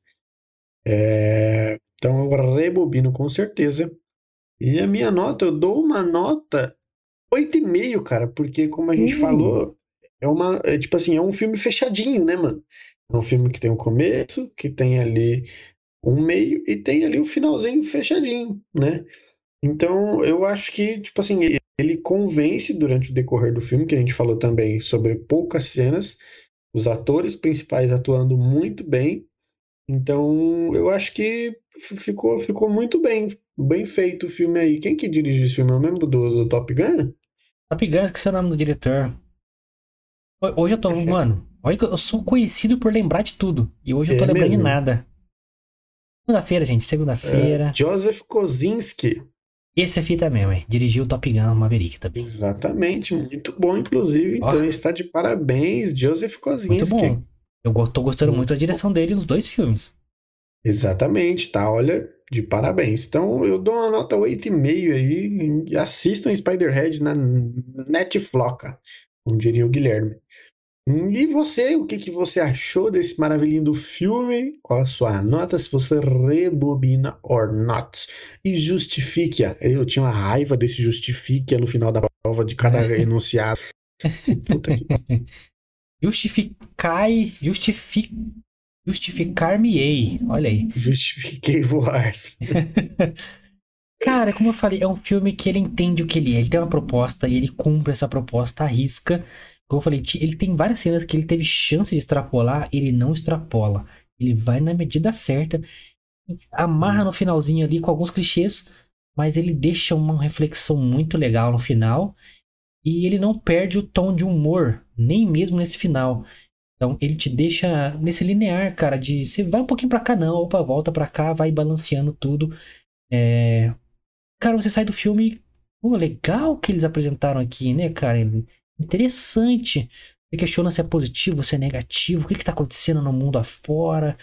É, então eu rebobino com certeza. E a minha nota, eu dou uma nota oito e meio, cara, porque como a gente Uh, falou, é uma, é, tipo assim, é um filme fechadinho, né, mano? É um filme que tem um começo, que tem ali um meio e tem ali o finalzinho fechadinho, né? Então, eu acho que, tipo assim, ele convence durante o decorrer do filme, que a gente falou também sobre poucas cenas, os atores principais atuando muito bem. Então, eu acho que f- ficou, ficou muito bem, bem feito o filme aí. Quem que dirigiu esse filme? Eu lembro do, do Top Gun? Top Gun, esqueci o nome do diretor. Ho- Hoje eu tô, mano, olha que eu sou conhecido por lembrar de tudo. E hoje eu tô É lembrando de mesmo. nada. Segunda-feira, gente, É, segunda-feira. Joseph Kosinski. Esse é fita mesmo, hein? Dirigiu o Top Gun Maverick também. Exatamente, muito bom, inclusive. Ó, Então está de parabéns, Joseph muito Kosinski. bom. Eu go- tô gostando muito da Muito bom. direção dele nos dois filmes. Exatamente, tá? Olha, de parabéns. Então eu dou uma nota oito e meio aí. E assistam Spiderhead na Netflix, como diria o Guilherme. Hum, E você, o que que você achou desse maravilhinho do filme? Qual a sua nota, se você rebobina or not? E justifique-a. Eu tinha uma raiva desse justifique no final da prova de cada enunciado. Puta que pariu. Justificai, justifi, justificar-me-ei. Olha aí. Justifiquei voar. Cara, como eu falei, é um filme que ele entende o que ele é. Ele tem uma proposta e ele cumpre essa proposta à risca. Como eu falei, ti- ele tem várias cenas que ele teve chance de extrapolar, ele não extrapola. Ele vai na medida certa, amarra no finalzinho ali com alguns clichês, mas ele deixa uma reflexão muito legal no final. E ele não perde o tom de humor, nem mesmo nesse final. Então ele te deixa nesse linear, cara, de você vai um pouquinho pra cá, não, opa, volta pra cá, vai balanceando tudo. É, cara, você sai do filme, pô, legal que eles apresentaram aqui, né, cara? Interessante. Você questiona se é positivo, se é negativo, o que que tá acontecendo no mundo afora,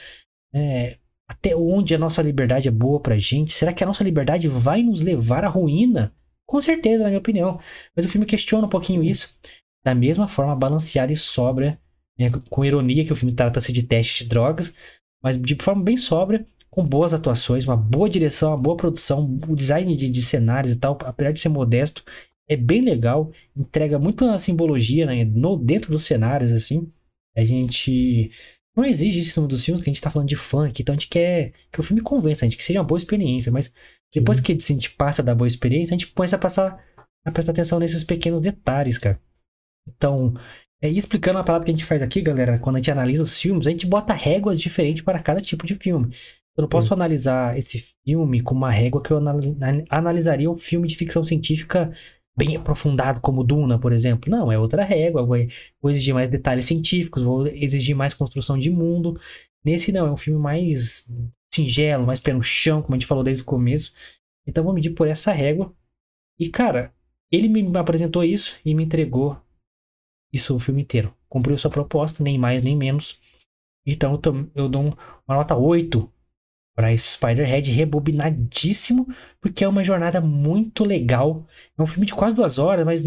é, até onde a nossa liberdade é boa pra gente. Será que a nossa liberdade vai nos levar à ruína? Com certeza, na minha opinião. Mas o filme questiona um pouquinho isso, da mesma forma balanceada e sóbria, né, com ironia que o filme trata-se de teste de drogas, mas de forma bem sóbria, com boas atuações, uma boa direção, uma boa produção, o design de, de cenários e tal, apesar de ser modesto, é bem legal, entrega muita simbologia, né, no, dentro dos cenários, assim. A gente não exige isso dos filmes, porque a gente tá falando de funk, então a gente quer que o filme convença, a gente que seja uma boa experiência, mas depois Sim. que a gente passa da boa experiência, a gente começa a passar a prestar atenção nesses pequenos detalhes, cara. Então, é, e explicando a parada que a gente faz aqui, galera, quando a gente analisa os filmes, a gente bota réguas diferentes para cada tipo de filme. Eu não posso Sim. analisar esse filme com uma régua que eu anal- analisaria um filme de ficção científica bem aprofundado, como Duna, por exemplo. Não, é outra régua. Vou, vou exigir mais detalhes científicos, vou exigir mais construção de mundo. Nesse não, é um filme mais singelo, mais pé no chão, como a gente falou desde o começo. Então vou medir por essa régua. E, cara, ele me apresentou isso e me entregou isso o filme inteiro. Cumpriu sua proposta, nem mais nem menos. Então eu, tô- eu dou um- uma nota oito para Spider-Head rebobinadíssimo, porque é uma jornada muito legal. É um filme de quase duas horas, mas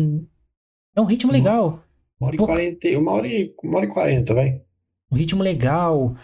é um ritmo Uma legal. hora e Pouca, quarenta, uma hora e, uma hora e quarenta, vai. um ritmo legal.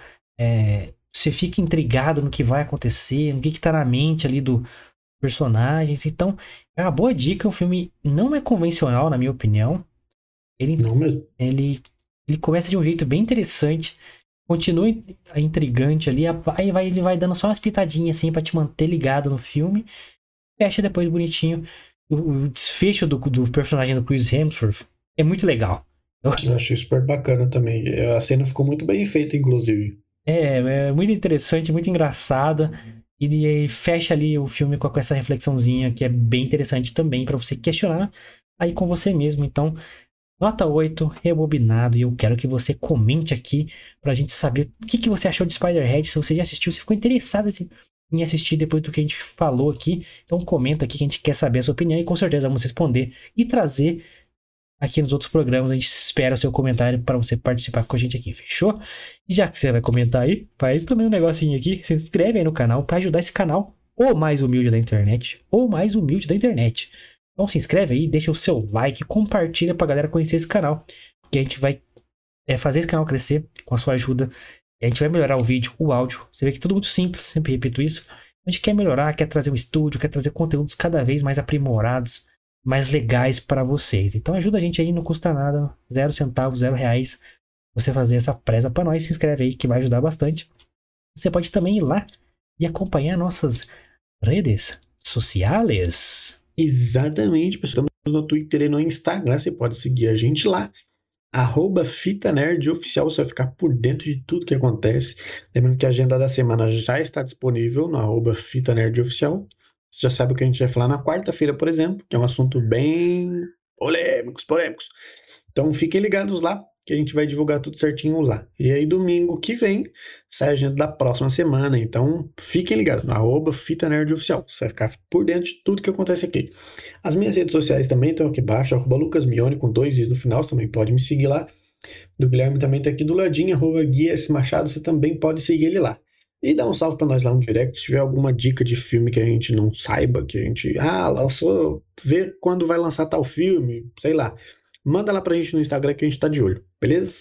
É, você fica intrigado no que vai acontecer, no que, que tá na mente ali do personagem. Então, é uma boa dica. O filme não é convencional, na minha opinião. Ele, Não mesmo. ele, ele começa de um jeito bem interessante. Continua intrigante ali. Aí vai, ele vai dando só umas pitadinhas assim pra te manter ligado no filme. Fecha depois bonitinho. O, o desfecho do, do personagem do Chris Hemsworth é muito legal. Eu- Eu achei super bacana também. A cena ficou muito bem feita, inclusive. É, é muito interessante, muito engraçada. E, aí fecha ali o filme com, com essa reflexãozinha que é bem interessante também pra você questionar aí com você mesmo. Então, nota oito, rebobinado, e eu quero que você comente aqui pra gente saber o que, que você achou de Spider-Head, se você já assistiu, se ficou interessado em assistir depois do que a gente falou aqui. Então comenta aqui que a gente quer saber a sua opinião e com certeza vamos responder e trazer aqui nos outros programas. A gente espera o seu comentário para você participar com a gente aqui, fechou? E já que você vai comentar aí, faz também um negocinho aqui, se inscreve aí no canal para ajudar esse canal, ou mais humilde da internet, ou mais humilde da internet. Então se inscreve aí, deixa o seu like, compartilha pra galera conhecer esse canal, que a gente vai é, fazer esse canal crescer com a sua ajuda. A gente vai melhorar o vídeo, o áudio. Você vê que é tudo muito simples, sempre repito isso. A gente quer melhorar, quer trazer um estúdio, quer trazer conteúdos cada vez mais aprimorados, mais legais para vocês. Então ajuda a gente aí, não custa nada, zero centavos, zero reais, você fazer essa presa para nós. Se inscreve aí que vai ajudar bastante. Você pode também ir lá e acompanhar nossas redes sociais. Exatamente, pessoal. Estamos no Twitter e no Instagram. Você pode seguir a gente lá. Arroba Fita Nerd Oficial, você vai ficar por dentro de tudo que acontece. Lembrando que a agenda da semana já está disponível no arroba Fita Nerd Oficial. Você já sabe o que a gente vai falar na quarta-feira, por exemplo, que é um assunto bem polêmicos, polêmicos. Então fiquem ligados lá. que a gente vai divulgar tudo certinho lá. E aí, domingo que vem, sai a agenda da próxima semana. Então, fiquem ligados no arroba Fita Nerd Oficial. Você vai ficar por dentro de tudo que acontece aqui. As minhas redes sociais também estão aqui embaixo, arroba Lucas Mione, com dois i's no final. Você também pode me seguir lá. Do Guilherme também tá aqui do ladinho, arroba Gui S. Machado. Você também pode seguir ele lá. E dá um salve pra nós lá no direct, se tiver alguma dica de filme que a gente não saiba, que a gente, ah, lançou, vê quando vai lançar tal filme, sei lá. Manda lá pra gente no Instagram que a gente tá de olho, beleza?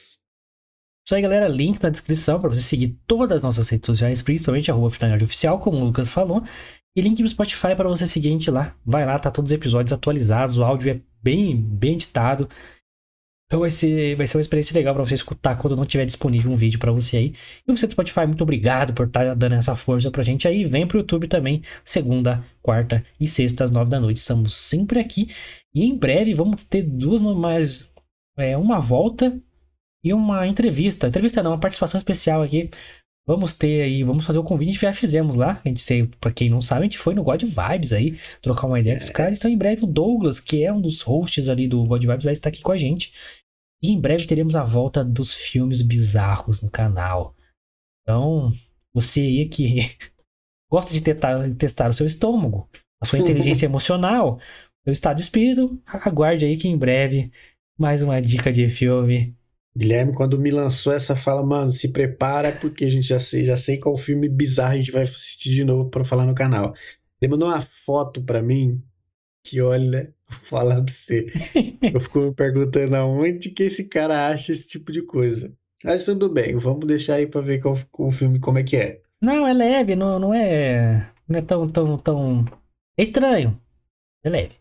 Isso aí, galera. Link na descrição para você seguir todas as nossas redes sociais, principalmente arroba Fita Nerd Oficial, como o Lucas falou. E link no Spotify para você seguir a gente lá. Vai lá, tá todos os episódios atualizados, o áudio é bem, bem editado. Então vai ser, vai ser uma experiência legal para você escutar quando não tiver disponível um vídeo para você aí. E você do Spotify, muito obrigado por estar dando essa força pra gente aí. Vem pro YouTube também, segunda, quarta e sexta às nove da noite. Estamos sempre aqui. E em breve vamos ter duas mais, é, uma volta e uma entrevista. Entrevista não, uma participação especial aqui. Vamos ter aí, vamos fazer o convite, a gente já fizemos lá. A gente, sei, pra quem não sabe, a gente foi no God Vibes aí, trocar uma ideia com os caras. Então em breve o Douglas, que é um dos hosts ali do God Vibes, vai estar aqui com a gente. E em breve teremos a volta dos filmes bizarros no canal. Então, você aí que gosta de testar, testar o seu estômago, a sua inteligência emocional, seu estado de espírito, aguarde aí que em breve mais uma dica de filme. Guilherme, quando me lançou essa fala, mano, se prepara porque a gente já sei, já sei qual filme bizarro a gente vai assistir de novo pra falar no canal. Ele mandou uma foto pra mim que, olha, vou falar pra você. Eu fico me perguntando aonde que esse cara acha esse tipo de coisa. Mas tudo bem, vamos deixar aí pra ver qual, o filme como é que é. Não, é leve, não, não é. Não é tão, tão, tão. É estranho. É leve.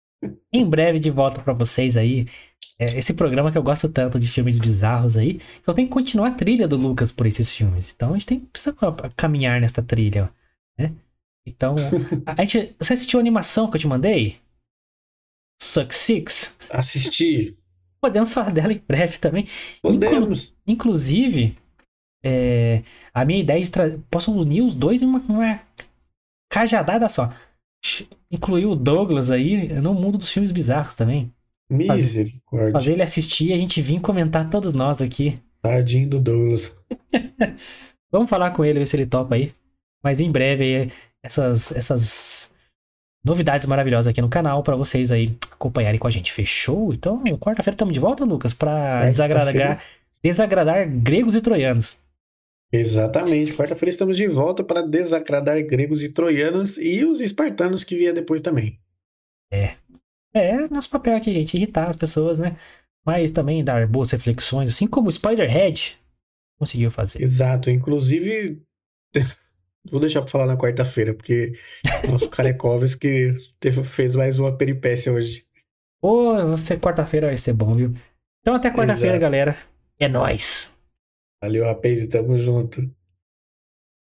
Em breve de volta pra vocês aí. É, esse programa que eu gosto tanto de filmes bizarros aí. Que eu tenho que continuar a trilha do Lucas por esses filmes. Então a gente tem que precisa caminhar nesta trilha, né? Então. A, a gente, você assistiu a animação que eu te mandei? Suck Six? Assistir. Podemos falar dela em breve também. Inclu Podemos. inclusive, é, a minha ideia de trazer. Posso unir os dois em uma, uma cajadada só. Incluir o Douglas aí no mundo dos filmes bizarros também. Fazer, Misericórdia. fazer ele assistir e a gente vir comentar todos nós aqui. Tadinho do Douglas. Vamos falar com ele, ver se ele topa aí. Mas em breve aí, essas, essas novidades maravilhosas aqui no canal pra vocês aí acompanharem com a gente. Fechou? Então, quarta-feira estamos de volta, Lucas, pra desagradar, desagradar gregos e troianos. Exatamente. Quarta-feira estamos de volta para desagradar gregos e troianos e os espartanos que vier depois também. É. É nosso papel aqui, gente, irritar as pessoas, né? Mas também dar boas reflexões, assim como o Spider-Head conseguiu fazer. Exato. Inclusive, vou deixar para falar na quarta-feira, porque nosso Karekovs que teve, fez mais uma peripécia hoje. Pô, você quarta-feira vai ser bom, viu? Então até quarta-feira, galera. É nóis! Valeu, rapaz, e tamo junto.